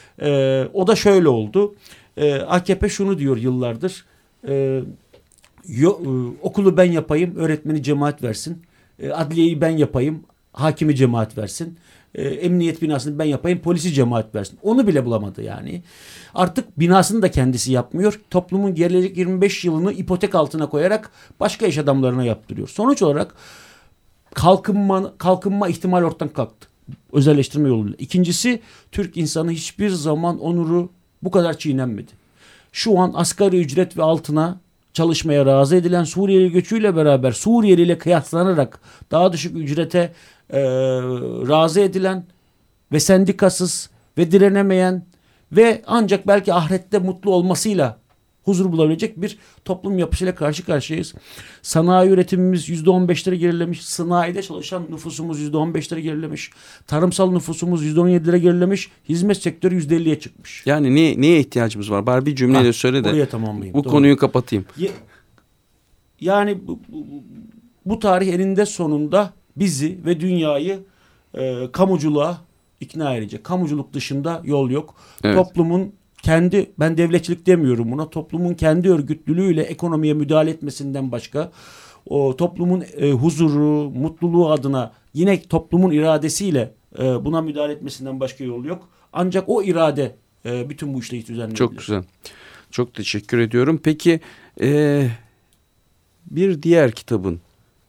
E, o da şöyle oldu. E, A K P şunu diyor yıllardır. E, Yo, e, okulu ben yapayım, öğretmeni cemaat versin. E, adliyeyi ben yapayım, hakimi cemaat versin. E, emniyet binasını ben yapayım, polisi cemaat versin. Onu bile bulamadı yani. Artık binasını da kendisi yapmıyor. Toplumun gelecek yirmi beş yılını ipotek altına koyarak başka iş adamlarına yaptırıyor. Sonuç olarak kalkınma, kalkınma ihtimali ortadan kalktı. Özelleştirme yoluyla. İkincisi, Türk insanı hiçbir zaman onuru bu kadar çiğnenmedi. Şu an asgari ücret ve altına çalışmaya razı edilen, Suriyeli göçüyle beraber Suriyeli ile kıyaslanarak daha düşük ücrete e, razı edilen ve sendikasız ve direnemeyen ve ancak belki ahirette mutlu olmasıyla huzur bulabilecek bir toplum yapısıyla karşı karşıyayız. Sanayi üretimimiz yüzde on beşlere gerilemiş. Sanayide çalışan nüfusumuz yüzde on beşlere gerilemiş. Tarımsal nüfusumuz yüzde on yedilere gerilemiş. Hizmet sektörü yüzde elliye çıkmış. Yani ne, neye ihtiyacımız var? Bari bir cümleyle ha, söyle de bu Doğru. konuyu kapatayım. Yani bu, bu, bu tarih eninde sonunda bizi ve dünyayı e, kamuculuğa ikna edecek. Kamuculuk dışında yol yok. Evet. Toplumun kendi, ben devletçilik demiyorum buna, toplumun kendi örgütlülüğüyle ekonomiye müdahale etmesinden başka, o toplumun e, huzuru, mutluluğu adına yine toplumun iradesiyle e, buna müdahale etmesinden başka yol yok. Ancak o irade e, bütün bu işleyi düzenleyebilir. Çok güzel. Çok teşekkür ediyorum. Peki e, bir diğer kitabın,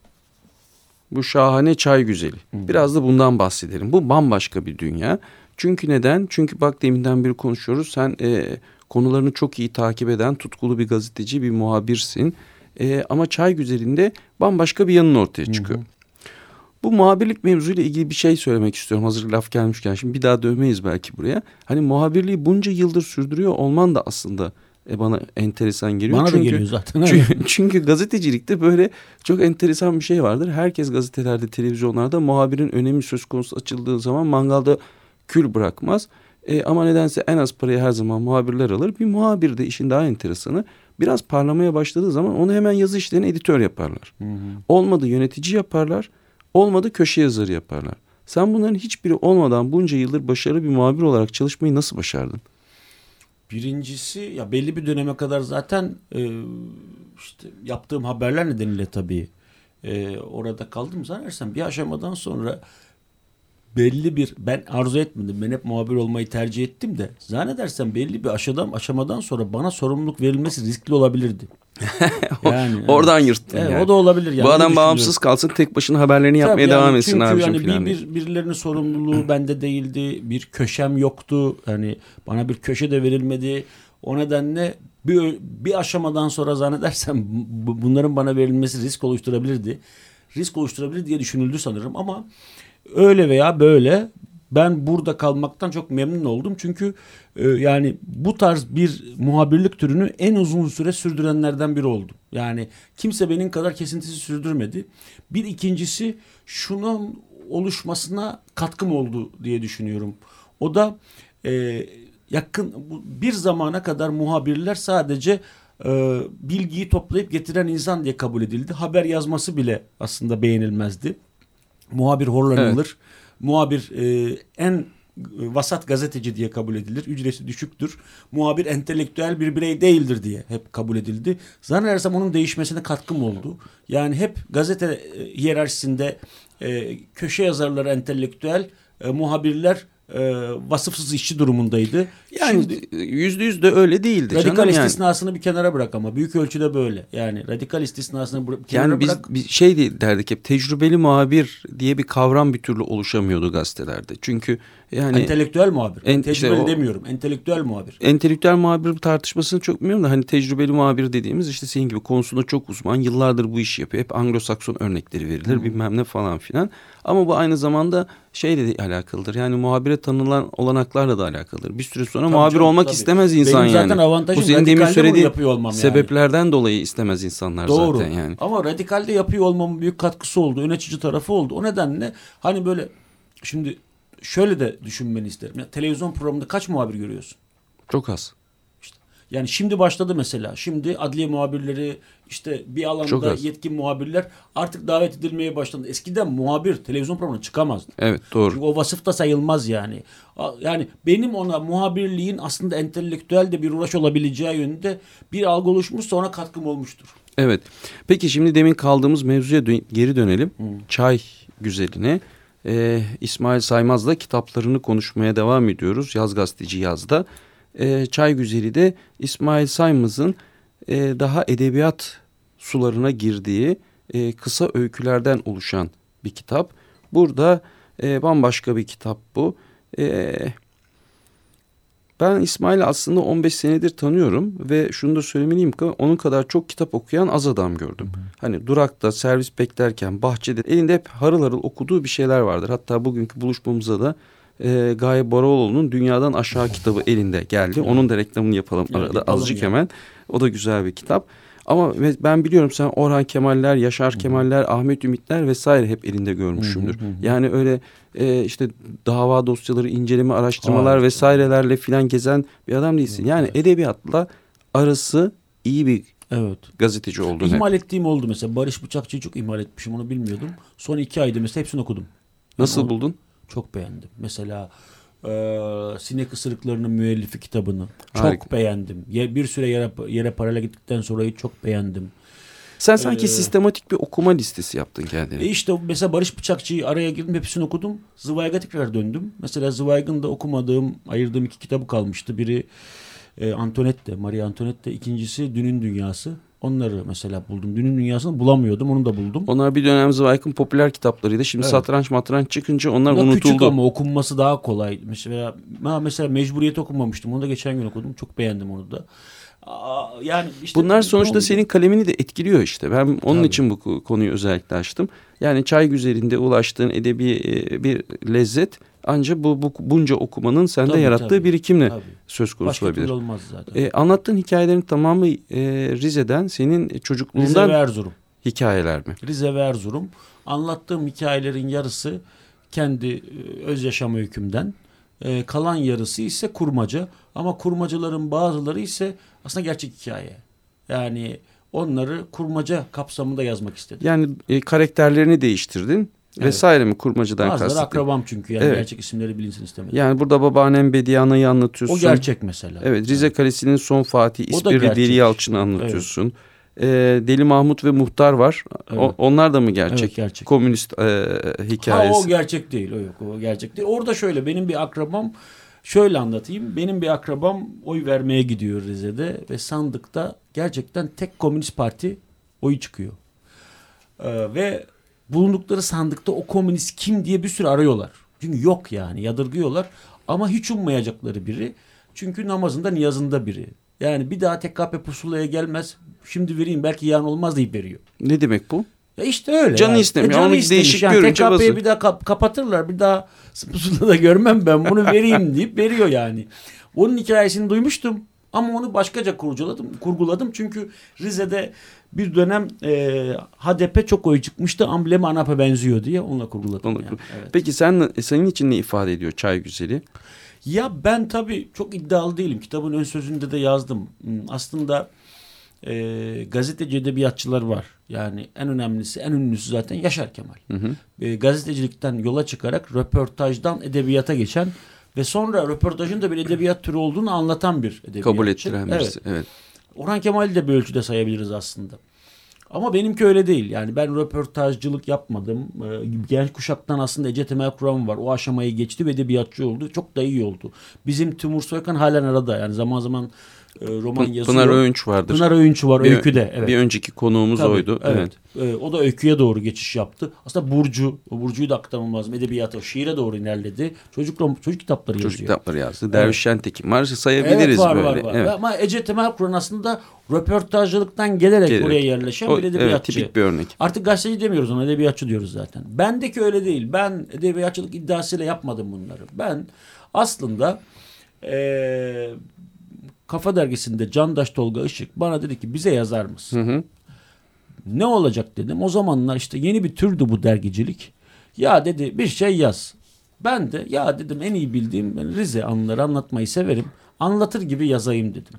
bu Şahane Çay Güzeli. Hı. Biraz da bundan bahsedelim. Bu bambaşka bir dünya. Çünkü neden? Çünkü bak deminden beri konuşuyoruz. Sen e, konularını çok iyi takip eden tutkulu bir gazeteci, bir muhabirsin. E, ama Çay Güzeli'nde bambaşka bir yanın ortaya çıkıyor. Hı hı. Bu muhabirlik mevzuyla ilgili bir şey söylemek istiyorum. Hazır laf gelmişken, şimdi bir daha dövmeyiz belki buraya. Hani muhabirliği bunca yıldır sürdürüyor olman da aslında e, bana enteresan geliyor. Bana çünkü, da geliyor zaten. Çünkü, çünkü gazetecilikte böyle çok enteresan bir şey vardır. Herkes gazetelerde, televizyonlarda muhabirin önemi söz konusu açıldığı zaman mangalda kül bırakmaz. E, ama nedense en az parayı her zaman muhabirler alır. Bir muhabir de, işin daha enteresanı, biraz parlamaya başladığı zaman onu hemen yazı işlerini editör yaparlar. Hı hı. Olmadı yönetici yaparlar. Olmadı köşe yazarı yaparlar. Sen bunların hiçbiri olmadan bunca yıldır başarılı bir muhabir olarak çalışmayı nasıl başardın? Birincisi, ya belli bir döneme kadar zaten e, işte yaptığım haberler nedeniyle tabii e, orada kaldım. Zannedersem bir aşamadan sonra belli bir, ben arzu etmedim. Ben hep muhabir olmayı tercih ettim de zannedersem belli bir aşamadan aşamadan sonra bana sorumluluk verilmesi riskli olabilirdi. Yani oradan evet. yırttın evet, yani. O da olabilir yani. Bu adam bağımsız kalsın, tek başına haberlerini Tabii yapmaya yani, devam etsin abicim yani falan. Çünkü bir, bir birilerinin sorumluluğu bende değildi. Bir köşem yoktu. Yani bana bir köşe de verilmedi. O nedenle bir, bir aşamadan sonra zannedersem bunların bana verilmesi risk oluşturabilirdi. Risk oluşturabilir diye düşünüldü sanırım ama öyle veya böyle ben burada kalmaktan çok memnun oldum. Çünkü e, yani bu tarz bir muhabirlik türünü en uzun süre sürdürenlerden biri oldum. Yani kimse benim kadar kesintisiz sürdürmedi. Bir ikincisi şunun oluşmasına katkım oldu diye düşünüyorum. O da e, yakın bir zamana kadar muhabirler sadece e, bilgiyi toplayıp getiren insan diye kabul edildi. Haber yazması bile aslında beğenilmezdi. Muhabir horlanılır. Evet. Muhabir e, en vasat gazeteci diye kabul edilir. Ücreti düşüktür. Muhabir entelektüel bir birey değildir diye hep kabul edildi. Zannedersem onun değişmesine katkım oldu. Yani hep gazete e, hiyerarşisinde e, köşe yazarları entelektüel, e, muhabirler e, vasıfsız işçi durumundaydı. Yani yüzde yüz de öyle değildi. Radikal istisnasını yani. Bir kenara bırak ama büyük ölçüde böyle. Yani radikal istisnasını bir kenara yani biz, bırak. Biz şey değil derdik hep, tecrübeli muhabir diye bir kavram bir türlü oluşamıyordu gazetelerde. Çünkü yani entelektüel muhabir. En, tecrübeli işte o, demiyorum. Entelektüel muhabir. Entelektüel muhabir tartışmasını çok bilmiyorum da hani tecrübeli muhabir dediğimiz işte senin gibi konusunda çok uzman, yıllardır bu işi yapıyor. Hep Anglo-Sakson örnekleri verilir, hmm. bilmem ne falan filan. Ama bu aynı zamanda şeyle de alakalıdır. Yani muhabire tanınan olanaklarla da alakalıdır. Bir süre sonra tabii muhabir canım, olmak tabii. istemez insan Benim yani. Zaten avantajım bu senin demin söylediğin sebeplerden yani. dolayı istemez insanlar Doğru. zaten yani. Ama radikalde yapıyor olmamın büyük katkısı oldu. Ön açıcı tarafı oldu. O nedenle hani böyle şimdi şöyle de düşünmeni isterim. Yani televizyon programında kaç muhabir görüyorsun? Çok az. İşte yani şimdi başladı mesela. Şimdi adliye muhabirleri, işte bir alanda yetkin muhabirler artık davet edilmeye başlandı. Eskiden muhabir televizyon programına çıkamazdı. Evet, doğru. Çünkü o vasıf da sayılmaz yani. Yani benim ona muhabirliğin aslında entelektüel de bir uğraş olabileceği yönünde bir algı oluşmuş, sonra katkım olmuştur. Evet. Peki şimdi demin kaldığımız mevzuya dön- geri dönelim. Hmm. Çay güzeline. Ee, İsmail Saymaz'la kitaplarını konuşmaya devam ediyoruz. Yaz Gazeteci Yaz'da. Ee, Çay Güzeli de İsmail Saymaz'ın e, daha edebiyat sularına girdiği e, kısa öykülerden oluşan bir kitap. Burada e, bambaşka bir kitap bu. E, ben İsmail'i aslında on beş senedir tanıyorum ve şunu da söylemeliyim ki onun kadar çok kitap okuyan az adam gördüm. Hı hı. Hani durakta, servis beklerken, bahçede elinde hep harıl harıl okuduğu bir şeyler vardır. Hatta bugünkü buluşmamıza da e, Gaye Boroğlu'nun Dünyadan Aşağı kitabı elinde geldi. Onun da reklamını yapalım evet, arada yapalım azıcık ya. Hemen. O da güzel bir kitap. Ama ben biliyorum sen Orhan Kemaller, Yaşar Hı-hı. Kemaller, Ahmet Ümitler vesaire hep elinde görmüşsündür. Hı-hı. Yani öyle e, işte dava dosyaları, inceleme, araştırmalar Aa, vesairelerle filan gezen bir adam değilsin. Yani evet. edebiyatla arası iyi bir evet. gazeteci oldu. İhmal ettiğim oldu mesela. Barış Bıçakçı'yı çok ihmal etmişim, onu bilmiyordum. Son iki ayda mesela hepsini okudum. Nasıl yani buldun? Çok beğendim. Mesela e, Sinek Isırıkları'nın müellifi kitabını Harika. Çok beğendim. Bir süre yere, yere paralel gittikten sonra çok beğendim. Sen sanki ee, sistematik bir okuma listesi yaptın kendine. E işte mesela Barış Bıçakçı'yı araya girdim, hepsini okudum. Zweig'a tekrar döndüm. Mesela Zweig'ın da okumadığım, ayırdığım iki kitabı kalmıştı. Biri e, Antoinette, Marie Antoinette. İkincisi Dünün Dünyası. Onları mesela buldum. Dünün Dünyası'nı bulamıyordum. Onu da buldum. Onlar bir dönem Zweig'ın popüler kitaplarıydı. Şimdi evet. satranç matranç çıkınca onlar Ama unutuldu. Küçük ama okunması daha kolay. Mesela, mesela Mecburiyet okumamıştım. Onu da geçen gün okudum. Çok beğendim onu da. Aa, yani işte bunlar sonuçta senin kalemini de etkiliyor işte. Ben onun Tabii. için bu konuyu özellikle açtım. Yani Çay Güzeli'nde ulaştığın edebi bir lezzet ancak bu, bu bunca okumanın sende tabii, yarattığı tabii. birikimle tabii. söz konusu Başka olabilir. Başka türlü olmaz zaten. Ee, anlattığın hikayelerin tamamı e, Rize'den, senin çocukluğundan Rize ve Erzurum. Hikayeler mi? Rize ve Erzurum. Anlattığım hikayelerin yarısı kendi öz yaşam öykümden. Ee, kalan yarısı ise kurmaca. Ama kurmacaların bazıları ise aslında gerçek hikaye. Yani onları kurmaca kapsamında yazmak istedim. Yani e, karakterlerini değiştirdin. Evet. Vesaire mi kurmacadan kastettin? Bazıları akrabam çünkü yani evet. gerçek isimleri bilinsin istemedim. Yani burada babaannem Bediye Ana'yı anlatıyorsun. O gerçek mesela. Evet, Rize evet. Kalesi'nin son Fatih İspirli Deli Yalçın'ı anlatıyorsun. e, Deli Mahmut ve Muhtar var. Evet. O, onlar da mı gerçek? Evet, gerçek. Komünist e, hikayesi. Ha, o gerçek değil. O yok. O gerçek değil. Orada şöyle benim bir akrabam, şöyle anlatayım. Benim bir akrabam oy vermeye gidiyor Rize'de ve sandıkta gerçekten tek Komünist Parti oyu çıkıyor. Ee, ve bulundukları sandıkta o komünist kim diye bir sürü arıyorlar. Çünkü yok yani, yadırgıyorlar. Ama hiç ummayacakları biri. Çünkü namazında niyazında biri. Yani bir daha T K P pusulaya gelmez. Şimdi vereyim belki yarın olmaz deyip veriyor. Ne demek bu? Ya işte öyle. Canı yani. istemiyor. E canı Onu istemiş. değişik yani görünce T K P'yi basın. bir daha kap- kapatırlar. Bir daha pusulada görmem ben bunu vereyim deyip veriyor yani. Onun hikayesini duymuştum. Ama onu başkaca kurguladım. kurguladım. Çünkü Rize'de bir dönem e, H D P çok oy çıkmıştı. Amblemi ANAP'a benziyor diye onunla kurguladım. Onu- Yani. Evet. Peki sen senin için ne ifade ediyor Çay Güzeli? Ya ben tabii çok iddialı değilim. Kitabın ön sözünde de yazdım. Aslında e, gazeteci edebiyatçılar var. Yani en önemlisi, en ünlüsü zaten Yaşar Kemal. Hı hı. E, gazetecilikten yola çıkarak röportajdan edebiyata geçen ve sonra röportajın da bir edebiyat türü olduğunu anlatan bir edebiyatçı. Kabul ettiren birisi. Evet. Evet. Orhan Kemal'i de bir ölçüde sayabiliriz aslında. Ama benimki öyle değil. Yani ben röportajcılık yapmadım. Ee, genç kuşaktan aslında Ece Temel Kur'an var. O aşamayı geçti ve edebiyatçı oldu. Çok da iyi oldu. Bizim Timur Soykan halen arada. Yani zaman zaman e, roman Pın- yazıyor. Pınar Öğünç vardır. Pınar Öğünç var Bir- öyküde. Evet. Bir önceki konuğumuz Tabii, oydu. Evet. Ee, o da öyküye doğru geçiş yaptı. Aslında Burcu, o Burcu'yu da aktarmam lazım. Edebiyata, şiire doğru ilerledi. Çocuk rom- çocuk kitapları Çocuk yazıyor. kitapları yazdı. Derviş Şentekin var. Sayabiliriz Evet, var, böyle. var, var. Evet. Ama Ece Temel Kur'an aslında röportajcılıktan gelerek, Gelerek. oraya yerleşen O- bir evet, edebiyatçı. tipik bir örnek. Artık gazeteci demiyoruz ona, edebiyatçı diyoruz zaten. Bendeki öyle değil. Ben edebiyatçılık iddiasıyla yapmadım bunları. Ben aslında ee, Kafa Dergisi'nde Candaş Tolga Işık bana dedi ki bize yazar mısın? Hı hı. Ne olacak dedim. O zamanlar işte yeni bir türdü bu dergicilik. Ya dedi bir şey yaz. Ben de ya dedim en iyi bildiğim ben Rize anıları anlatmayı severim. Anlatır gibi yazayım dedim.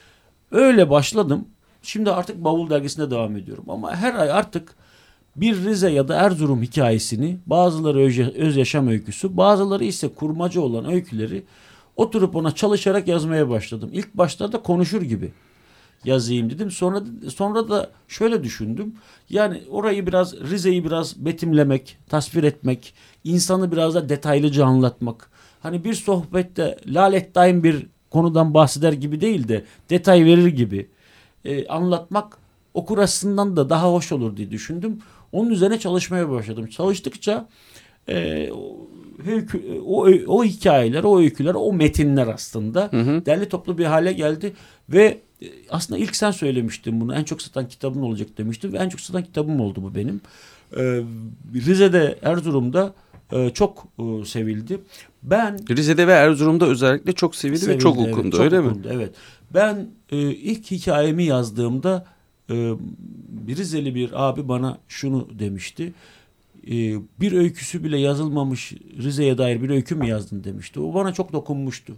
Öyle başladım. Şimdi artık Bavul Dergisi'nde devam ediyorum. Ama her ay artık bir Rize ya da Erzurum hikayesini, bazıları öz, öz yaşam öyküsü, bazıları ise kurmaca olan öyküleri oturup ona çalışarak yazmaya başladım. İlk başlarda konuşur gibi yazayım dedim. Sonra sonra da şöyle düşündüm. Yani orayı biraz, Rize'yi biraz betimlemek, tasvir etmek, insanı biraz da detaylıca anlatmak. Hani bir sohbette lalet daim bir konudan bahseder gibi değil de detay verir gibi e, anlatmak okur açısından da daha hoş olur diye düşündüm. Onun üzerine çalışmaya başladım. Çalıştıkça e, o, öykü, o, o hikayeler, o öyküler, o metinler aslında Hı hı. derli toplu bir hale geldi ve e, aslında ilk sen söylemiştin bunu. En çok satan kitabın olacak demiştin ve en çok satan kitabım oldu bu benim. E, Rize'de, Erzurum'da e, çok e, sevildi. Ben Rize'de ve Erzurum'da özellikle çok sevildi, Sevildi, ve çok evet, okundu çok öyle okundu, mi? Evet. Ben e, ilk hikayemi yazdığımda e, bir Rizeli bir abi bana şunu demişti. E, bir öyküsü bile yazılmamış Rize'ye dair bir öykü mü yazdın demişti. O bana çok dokunmuştu.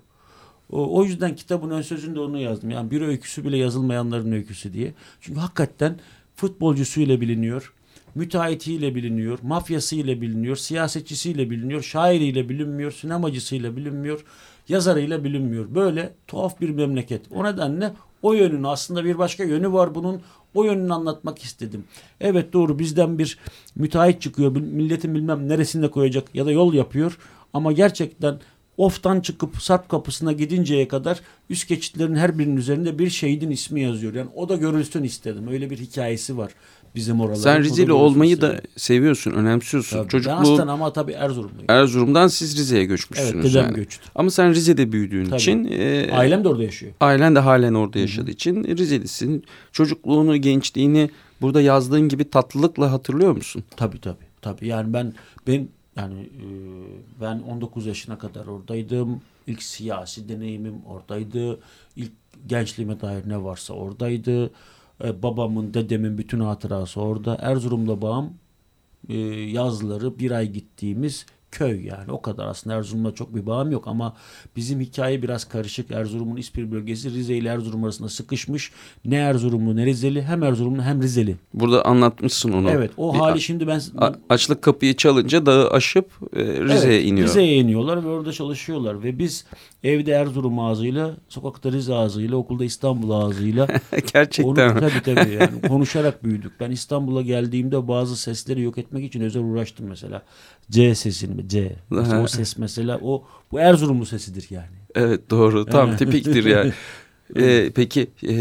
O, o yüzden kitabın ön sözünde onu yazdım. Yani bir öyküsü bile yazılmayanların öyküsü diye. Çünkü hakikaten futbolcusuyla biliniyor. Müteahhitiyle biliniyor, mafyasıyla biliniyor, siyasetçisiyle biliniyor, şairiyle bilinmiyor, sinemacısıyla bilinmiyor, yazarıyla bilinmiyor. Böyle tuhaf bir memleket. O nedenle o yönün, aslında bir başka yönü var bunun. O yönünü anlatmak istedim. Evet doğru, bizden bir müteahhit çıkıyor, milletin bilmem neresinde koyacak ya da yol yapıyor. Ama gerçekten Of'tan çıkıp Sarp Kapısı'na gidinceye kadar üst geçitlerin her birinin üzerinde bir şehidin ismi yazıyor. Yani o da görülsün istedim. Öyle bir hikayesi var bizim oralarda. Sen Rizeli olmayı da istedim. seviyorsun, önemsiyorsun. Tabii. Çocukluğu Ben aslen ama tabii Erzurumluyum. Erzurum'dan siz Rize'ye göçmüşsünüz. Evet, dedem yani. göçtü. Ama sen Rize'de büyüdüğün Tabii. için e, Ailem de orada yaşıyor. ailen de halen orada yaşadığı için Rizelisin. Çocukluğunu, gençliğini burada yazdığın gibi tatlılıkla hatırlıyor musun? Tabii tabii. Tabii yani ben ben yani e, ben on dokuz yaşına kadar oradaydım. İlk siyasi deneyimim oradaydı. İlk gençliğime dair ne varsa oradaydı. E, babamın, dedemin bütün hatırası orada. Erzurum'la bağım e, yazları bir ay gittiğimiz köy yani. O kadar aslında Erzurum'la çok bir bağım yok ama bizim hikaye biraz karışık. Erzurum'un İspir bölgesi Rize ile Erzurum arasında sıkışmış. Ne Erzurumlu ne Rizeli, hem Erzurumlu hem Rizeli. Burada anlatmışsın onu. Evet, o Bir- hali şimdi ben A- açlık kapıyı çalınca dağı aşıp e, Rize'ye Evet, iniyor. Rize'ye iniyorlar ve orada çalışıyorlar ve biz Evde Erzurum ağzıyla, sokakta Rize ağzıyla, okulda İstanbul ağzıyla. Gerçekten onu, mi? tabii tabii yani konuşarak büyüdük. Ben İstanbul'a geldiğimde bazı sesleri yok etmek için özel uğraştım mesela. C sesini, C. Mesela o ses mesela o bu Erzurumlu sesidir yani. Evet, doğru. Tam Evet. tipiktir yani. Ee, peki e,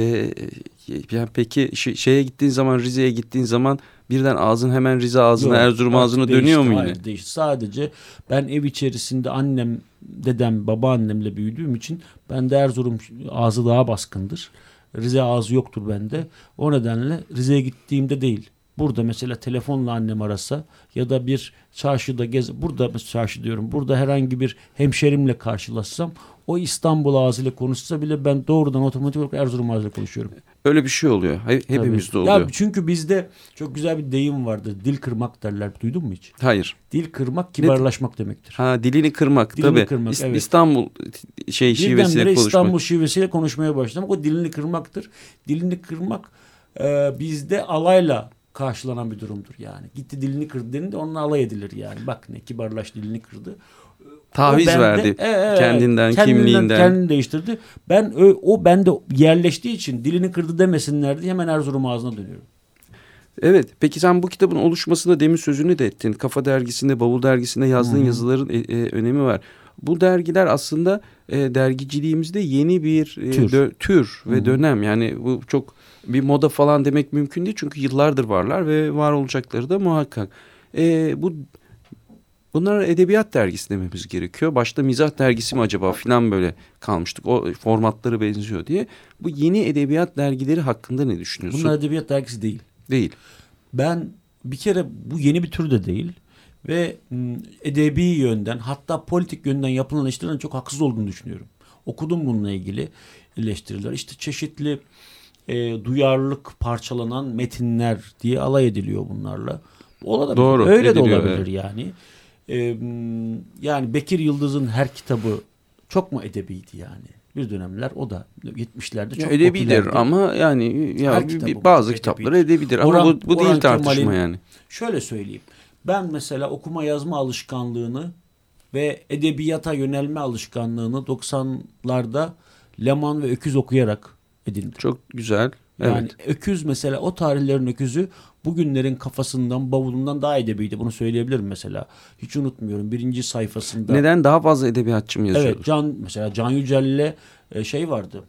yani peki ş- şeye gittiğin zaman, Rize'ye gittiğin zaman birden ağzın hemen Rize ağzına, Yok, Erzurum artık ağzına değişti. dönüyor mu yine? Hayır, değişti. Sadece ben ev içerisinde annem, dedem, babaannemle büyüdüğüm için bende Erzurum ağzı daha baskındır. Rize ağzı yoktur bende. O nedenle Rize'ye gittiğimde değil. Burada mesela telefonla annem arasa ya da bir çarşıda gez, burada çarşı diyorum, burada herhangi bir hemşerimle karşılaşsam, o İstanbul ağzıyla konuşsa bile ben doğrudan otomatik olarak Erzurum ağzıyla konuşuyorum. Öyle bir şey oluyor. He- Hepimizde Tabii. oluyor. Ya çünkü bizde çok güzel bir deyim vardır. Dil kırmak derler. Duydun mu hiç? Hayır. Dil kırmak kibarlaşmak demektir. Ha, dilini kırmak Dilini tabii. kırmak, İs- evet. İstanbul şey şivesiyle Birdenbire konuşmak. İstanbul şivesiyle konuşmaya başlamak. O dilini kırmaktır. Dilini kırmak e, bizde alayla karşılanan bir durumdur yani. Gitti dilini kırdı denildi, onunla alay edilir yani. Bak ne kibarlaş, dilini kırdı. Taviz O bende- verdi. E, e, kendinden, kendinden, kimliğinden. Kendini değiştirdi. Ben ö, o bende yerleştiği için dilini kırdı demesinler diye hemen Erzurum ağzına dönüyorum. Evet. Peki sen bu kitabın oluşmasında demin sözünü de ettin. Kafa Dergisi'nde, Bavul Dergisi'nde yazdığın Hı-hı. yazıların e, e, önemi var. Bu dergiler aslında e, dergiciliğimizde yeni bir e, Tür. dö- tür ve Hı-hı. dönem. Yani bu çok bir moda falan demek mümkün değil. Çünkü yıllardır varlar ve var olacakları da muhakkak. E, bu Bunlara edebiyat dergisi dememiz gerekiyor. Başta mizah dergisi mi acaba filan böyle kalmıştık. O formatları benziyor diye. Bu yeni edebiyat dergileri hakkında ne düşünüyorsun? Bunlar edebiyat dergisi değil. Değil. Ben bir kere bu yeni bir tür de değil ve m, edebi yönden, hatta politik yönden yapılan eleştirilerin çok haksız olduğunu düşünüyorum. Okudum bununla ilgili eleştiriler. İşte çeşitli e, duyarlılık parçalanan metinler diye alay ediliyor bunlarla. Olabilir. Doğru, Öyle de ediliyor, olabilir evet. yani. E, m, yani Bekir Yıldız'ın her kitabı çok mu edebiydi yani? Bir dönemler o da yetmişlerde çok Ya edebidir popülerdi. ama yani ya Her bir- kitabı bir- bazı edebi. kitapları edebilir ama Orhan- bu, bu değil Orhan tartışma Kemal'in- yani. Şöyle söyleyeyim. Ben mesela okuma yazma alışkanlığını ve edebiyata yönelme alışkanlığını doksanlarda Leman ve Öküz okuyarak edindim. Çok güzel. Yani Evet. Öküz mesela, o tarihlerin Öküzü bugünlerin kafasından, bavulundan daha edebiydi. Bunu söyleyebilirim mesela. Hiç unutmuyorum. Birinci sayfasında. Neden daha fazla edebiyatçı mı yazıyor? Evet, Can mesela Can Yücel'le e, şey vardı.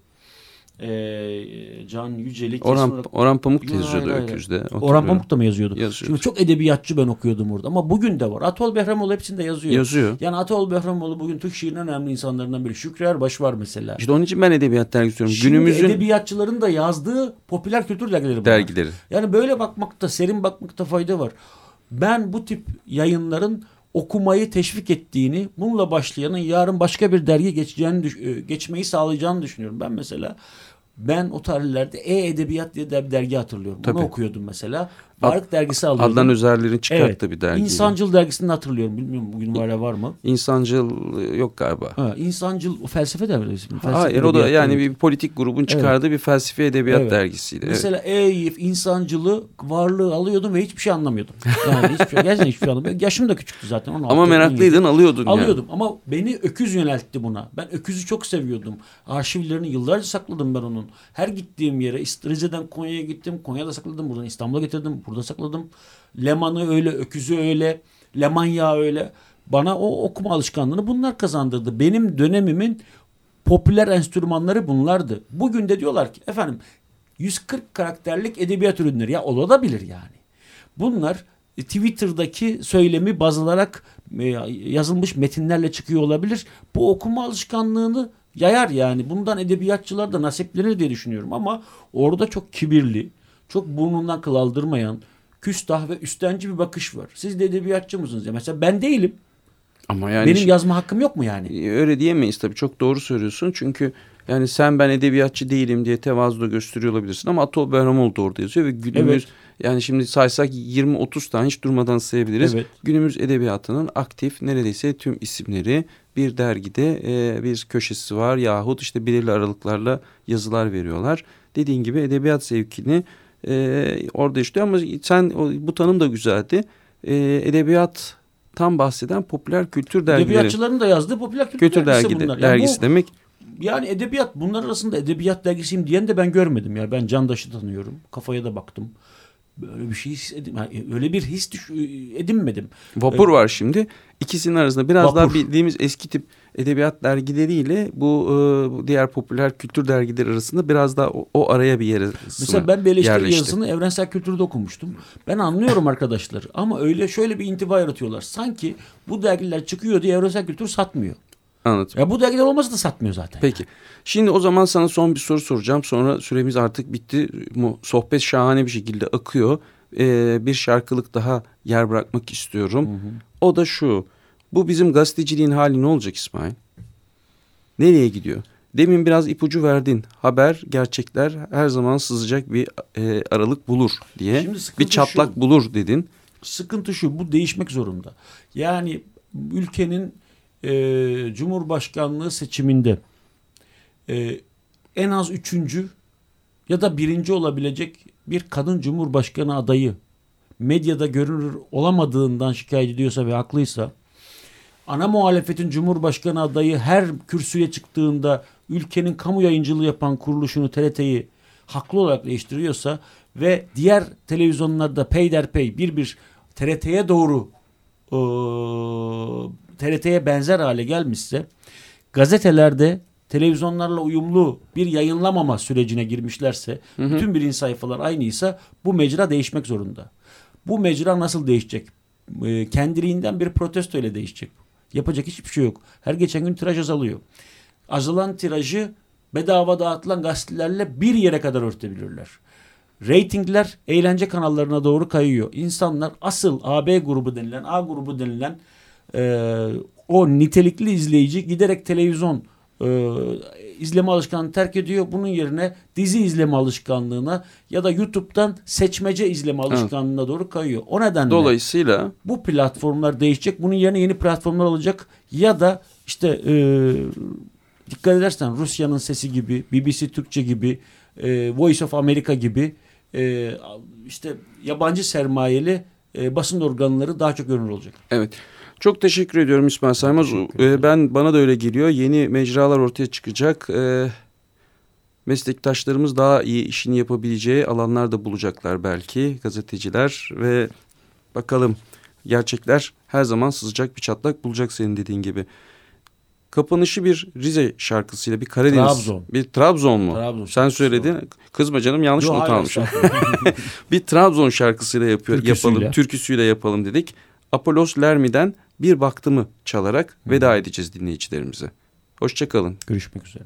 E, Can Yücel'i kesin Orhan, olarak- Orhan Pamuk da Hayır, yazıyordu hayır, hayır. Öküz'de. Orhan hatırlıyorum. Pamuk da mı yazıyordu? Yazıyordu. Şimdi çok edebiyatçı ben okuyordum orada ama bugün de var. Atol Behramoğlu hepsinde yazıyor. Yazıyor. Yani Atol Behramoğlu bugün Türk şiirinin önemli insanlarından biri. Şükrü Erbaş var mesela. İşte onun için ben edebiyat dergisi diyorum. Şimdi Günümüzün edebiyatçıların da yazdığı popüler kültür dergileri bunlar. dergileri. Yani böyle bakmakta, serin bakmakta fayda var. Ben bu tip yayınların okumayı teşvik ettiğini, bununla başlayanın yarın başka bir dergi geçeceğini, düş- e, geçmeyi sağlayacağını düşünüyorum. Ben mesela ben o tarihlerde E-Edebiyat diye de bir dergi hatırlıyorum. Tabii. Onu okuyordum mesela. Varlık dergisi alıyordum. Adnan Özerler'in çıkarttığı Evet. bir dergi. İnsancıl dergisini hatırlıyorum. Bilmiyorum bugün hala var mı? İnsancıl yok galiba. Ha, İnsancıl o felsefe dergisi ismi. Felsefe Hayır, o da edebiyat, yani evet. bir politik grubun çıkardığı bir felsefe edebiyat Evet. dergisiydi. Evet. Mesela Eyüp insancılı varlığı alıyordum ve hiçbir şey anlamıyordum. Yani hiçbir şey, gerçekten hiçbir şey anlamıyordum. Yaşım da küçüktü zaten. on altı, Ama on yedi. meraklıydın, alıyordun yani. Alıyordum ama beni Öküz yöneltti buna. Ben Öküz'ü çok seviyordum. Arşivlerini yıllarca sakladım ben onun. Her gittiğim yere, Rize'den Konya'ya gittim. Konya'da sakladım. Buradan İstanbul'a getirdim. Burada sakladım. Leman'ı öyle, Öküz'ü öyle, Lemanya öyle. Bana o okuma alışkanlığını bunlar kazandırdı. Benim dönemimin popüler enstrümanları bunlardı. Bugün de diyorlar ki efendim yüz kırk karakterlik edebiyat ürünleri. Ya olabilir yani. Bunlar e, Twitter'daki söylemi baz alarak e, yazılmış metinlerle çıkıyor olabilir. Bu okuma alışkanlığını yayar yani. Bundan edebiyatçılar da nasiplenir diye düşünüyorum. Ama orada çok kibirli, çok burnundan kıl aldırmayan, küstah ve üstenci bir bakış var. Siz de edebiyatçı mısınız? Ya mesela ben değilim. Ama yani Benim şi- yazma hakkım yok mu yani? öyle diyemeyiz tabii, çok doğru söylüyorsun. Çünkü yani sen ben edebiyatçı değilim diye tevazu da gösteriyor olabilirsin ama Atol Behramoğlu da orada yazıyor ve günümüz Evet. yani şimdi saysak yirmi otuz tane hiç durmadan sayabiliriz. Evet. Günümüz edebiyatının aktif neredeyse tüm isimleri bir dergide e, bir köşesi var yahut işte belirli aralıklarla yazılar veriyorlar. Dediğin gibi edebiyat zevkini e, orada işliyor ama sen o, bu tanım da güzeldi. E, edebiyat tam bahseden popüler kültür dergileri. Edebiyatçıların da yazdığı popüler kültür, kültür dergisi dergide, bunlar. Yani dergisi bu, demek. Yani edebiyat, bunlar arasında edebiyat dergisiyim diyen de ben görmedim. Yani ben Candaş'ı tanıyorum. Kafaya da baktım. Böyle bir şey hissedim. Yani öyle bir his düş- edinmedim. Vapur Ee, var şimdi. İkisinin arasında biraz Vapur. daha bildiğimiz eski tip edebiyat dergileriyle bu e, diğer popüler kültür dergileri arasında biraz daha o, o araya bir yere Mesela ben bir eleştiri yerleşti. yazısını Evrensel Kültür'de okumuştum. Ben anlıyorum arkadaşlar ama öyle şöyle bir intiba yaratıyorlar. Sanki bu dergiler çıkıyor diye Evrensel Kültür satmıyor. Anladım. Ya bu dergiler olmasa da satmıyor zaten. Peki. Şimdi o zaman sana son bir soru soracağım. Sonra süremiz artık bitti. Bu sohbet şahane bir şekilde akıyor. Ee, bir şarkılık daha yer bırakmak istiyorum. Hı hı. O da şu. Bu bizim gazeteciliğin hali ne olacak İsmail? Nereye gidiyor? Demin biraz ipucu verdin. Haber, gerçekler her zaman sızacak bir e, aralık bulur diye. Bir çatlak şu, bulur dedin. Sıkıntı şu, bu değişmek zorunda. Yani ülkenin e, Cumhurbaşkanlığı seçiminde e, en az üçüncü ya da birinci olabilecek bir kadın Cumhurbaşkanı adayı medyada görünür olamadığından şikayet ediyorsa ve haklıysa, ana muhalefetin Cumhurbaşkanı adayı her kürsüye çıktığında ıülkenin kamu yayıncılığı yapan kuruluşunu, T R T'yi haklı olarak eleştiriyorsa ve diğer televizyonlarda peyderpey bir bir T R T'ye doğru e, T R T'ye benzer hale gelmişse, gazetelerde televizyonlarla uyumlu bir yayınlamama sürecine girmişlerse, hı hı. bütün birinci sayfalar aynıysa bu mecra değişmek zorunda. Bu mecra nasıl değişecek? E, kendiliğinden bir protesto ile değişecek. Yapacak hiçbir şey yok. Her geçen gün tiraj azalıyor. Azalan tirajı bedava dağıtılan gazetelerle bir yere kadar örtebilirler. Reytingler eğlence kanallarına doğru kayıyor. İnsanlar asıl A B grubu denilen, A grubu denilen e, o nitelikli izleyici giderek televizyon e, izleme alışkanlığını terk ediyor. Bunun yerine dizi izleme alışkanlığına ya da YouTube'dan seçmece izleme alışkanlığına evet. doğru kayıyor. O nedenle dolayısıyla bu platformlar değişecek. Bunun yerine yeni platformlar alacak ya da işte e, dikkat edersen Rusya'nın Sesi gibi, B B C Türkçe gibi, e, Voice of America gibi e, işte yabancı sermayeli e, basın organları daha çok görünür olacak. Evet. Çok teşekkür ediyorum İsmail Saymaz. Ee, ben bana da öyle geliyor. Yeni mecralar ortaya çıkacak. Ee, meslektaşlarımız daha iyi işini yapabileceği alanlar da bulacaklar belki, gazeteciler, ve bakalım, gerçekler her zaman sızacak bir çatlak bulacak senin dediğin gibi. Kapanışı bir Rize şarkısıyla, bir Karadeniz, Trabzon. bir Trabzon mu? Trabzon. Sen söyledin. Kızma canım, yanlış Yo, not almışım. Bir Trabzon şarkısıyla yapıyor, türküsüyle. yapalım, türküsüyle yapalım dedik. Apolos Lermi'den Bir Baktım'ı çalarak hmm. veda edeceğiz dinleyicilerimize. Hoşçakalın. Görüşmek üzere.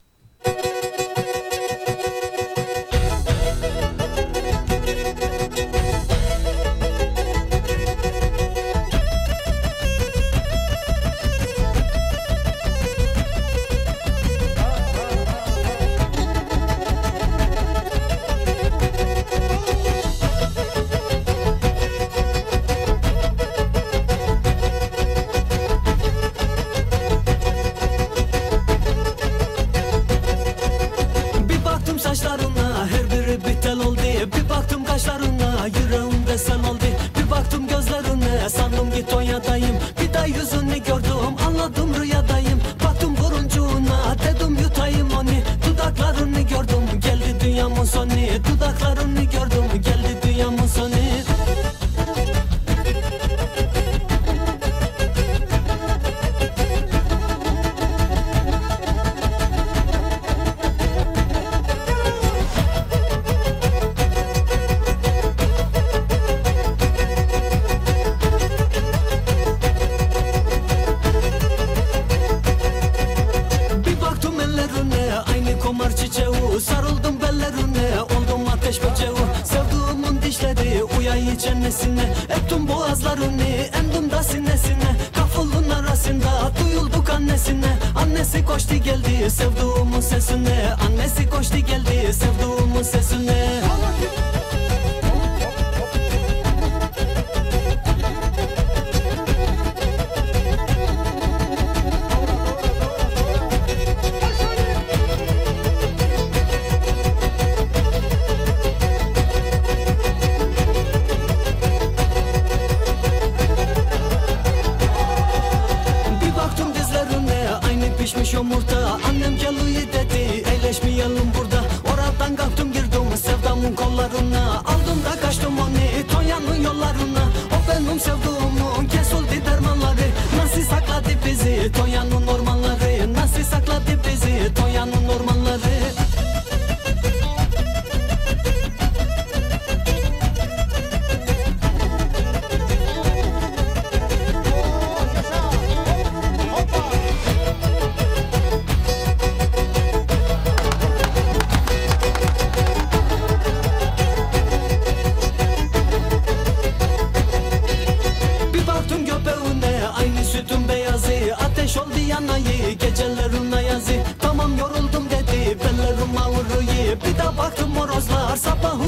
Cennesine ettim boğazlarını, endim da sinesine. Kafulun arasında duyulduk annesine. Annesi koştu geldi sevduğumun sesine. Annesi koştu geldi sevduğumun sesine.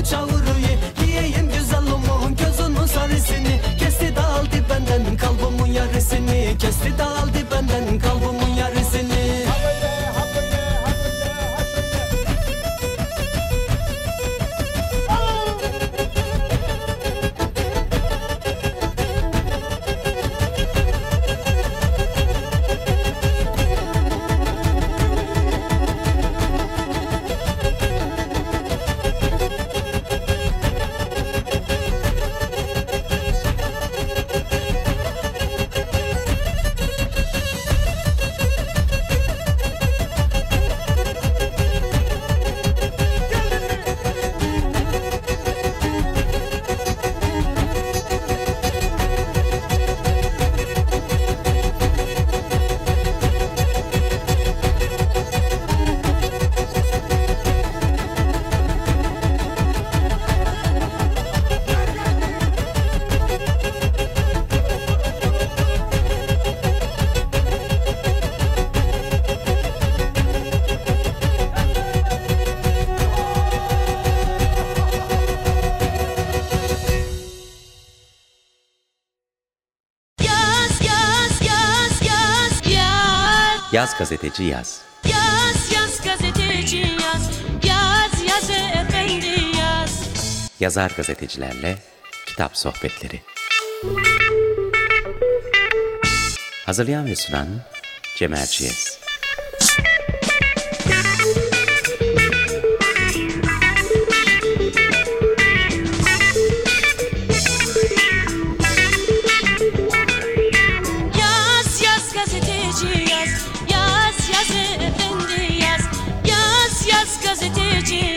çavuruyu. Giyeyim güzelliğimin gözünün sarısını. Kesti dağıldı benden kalbimin yarısını. Kesti dağıldı benden kalbimin yarısını. Yaz gazeteci yaz. Yaz yaz gazeteci yaz. Yaz yaz efendi yaz. Yazar gazetecilerle kitap sohbetleri. Hazırlayan ve sunan Cem Erciyes. Yaz yaz gazeteci yaz. Yaz yaz efendi yaz. Yaz yaz gazeteci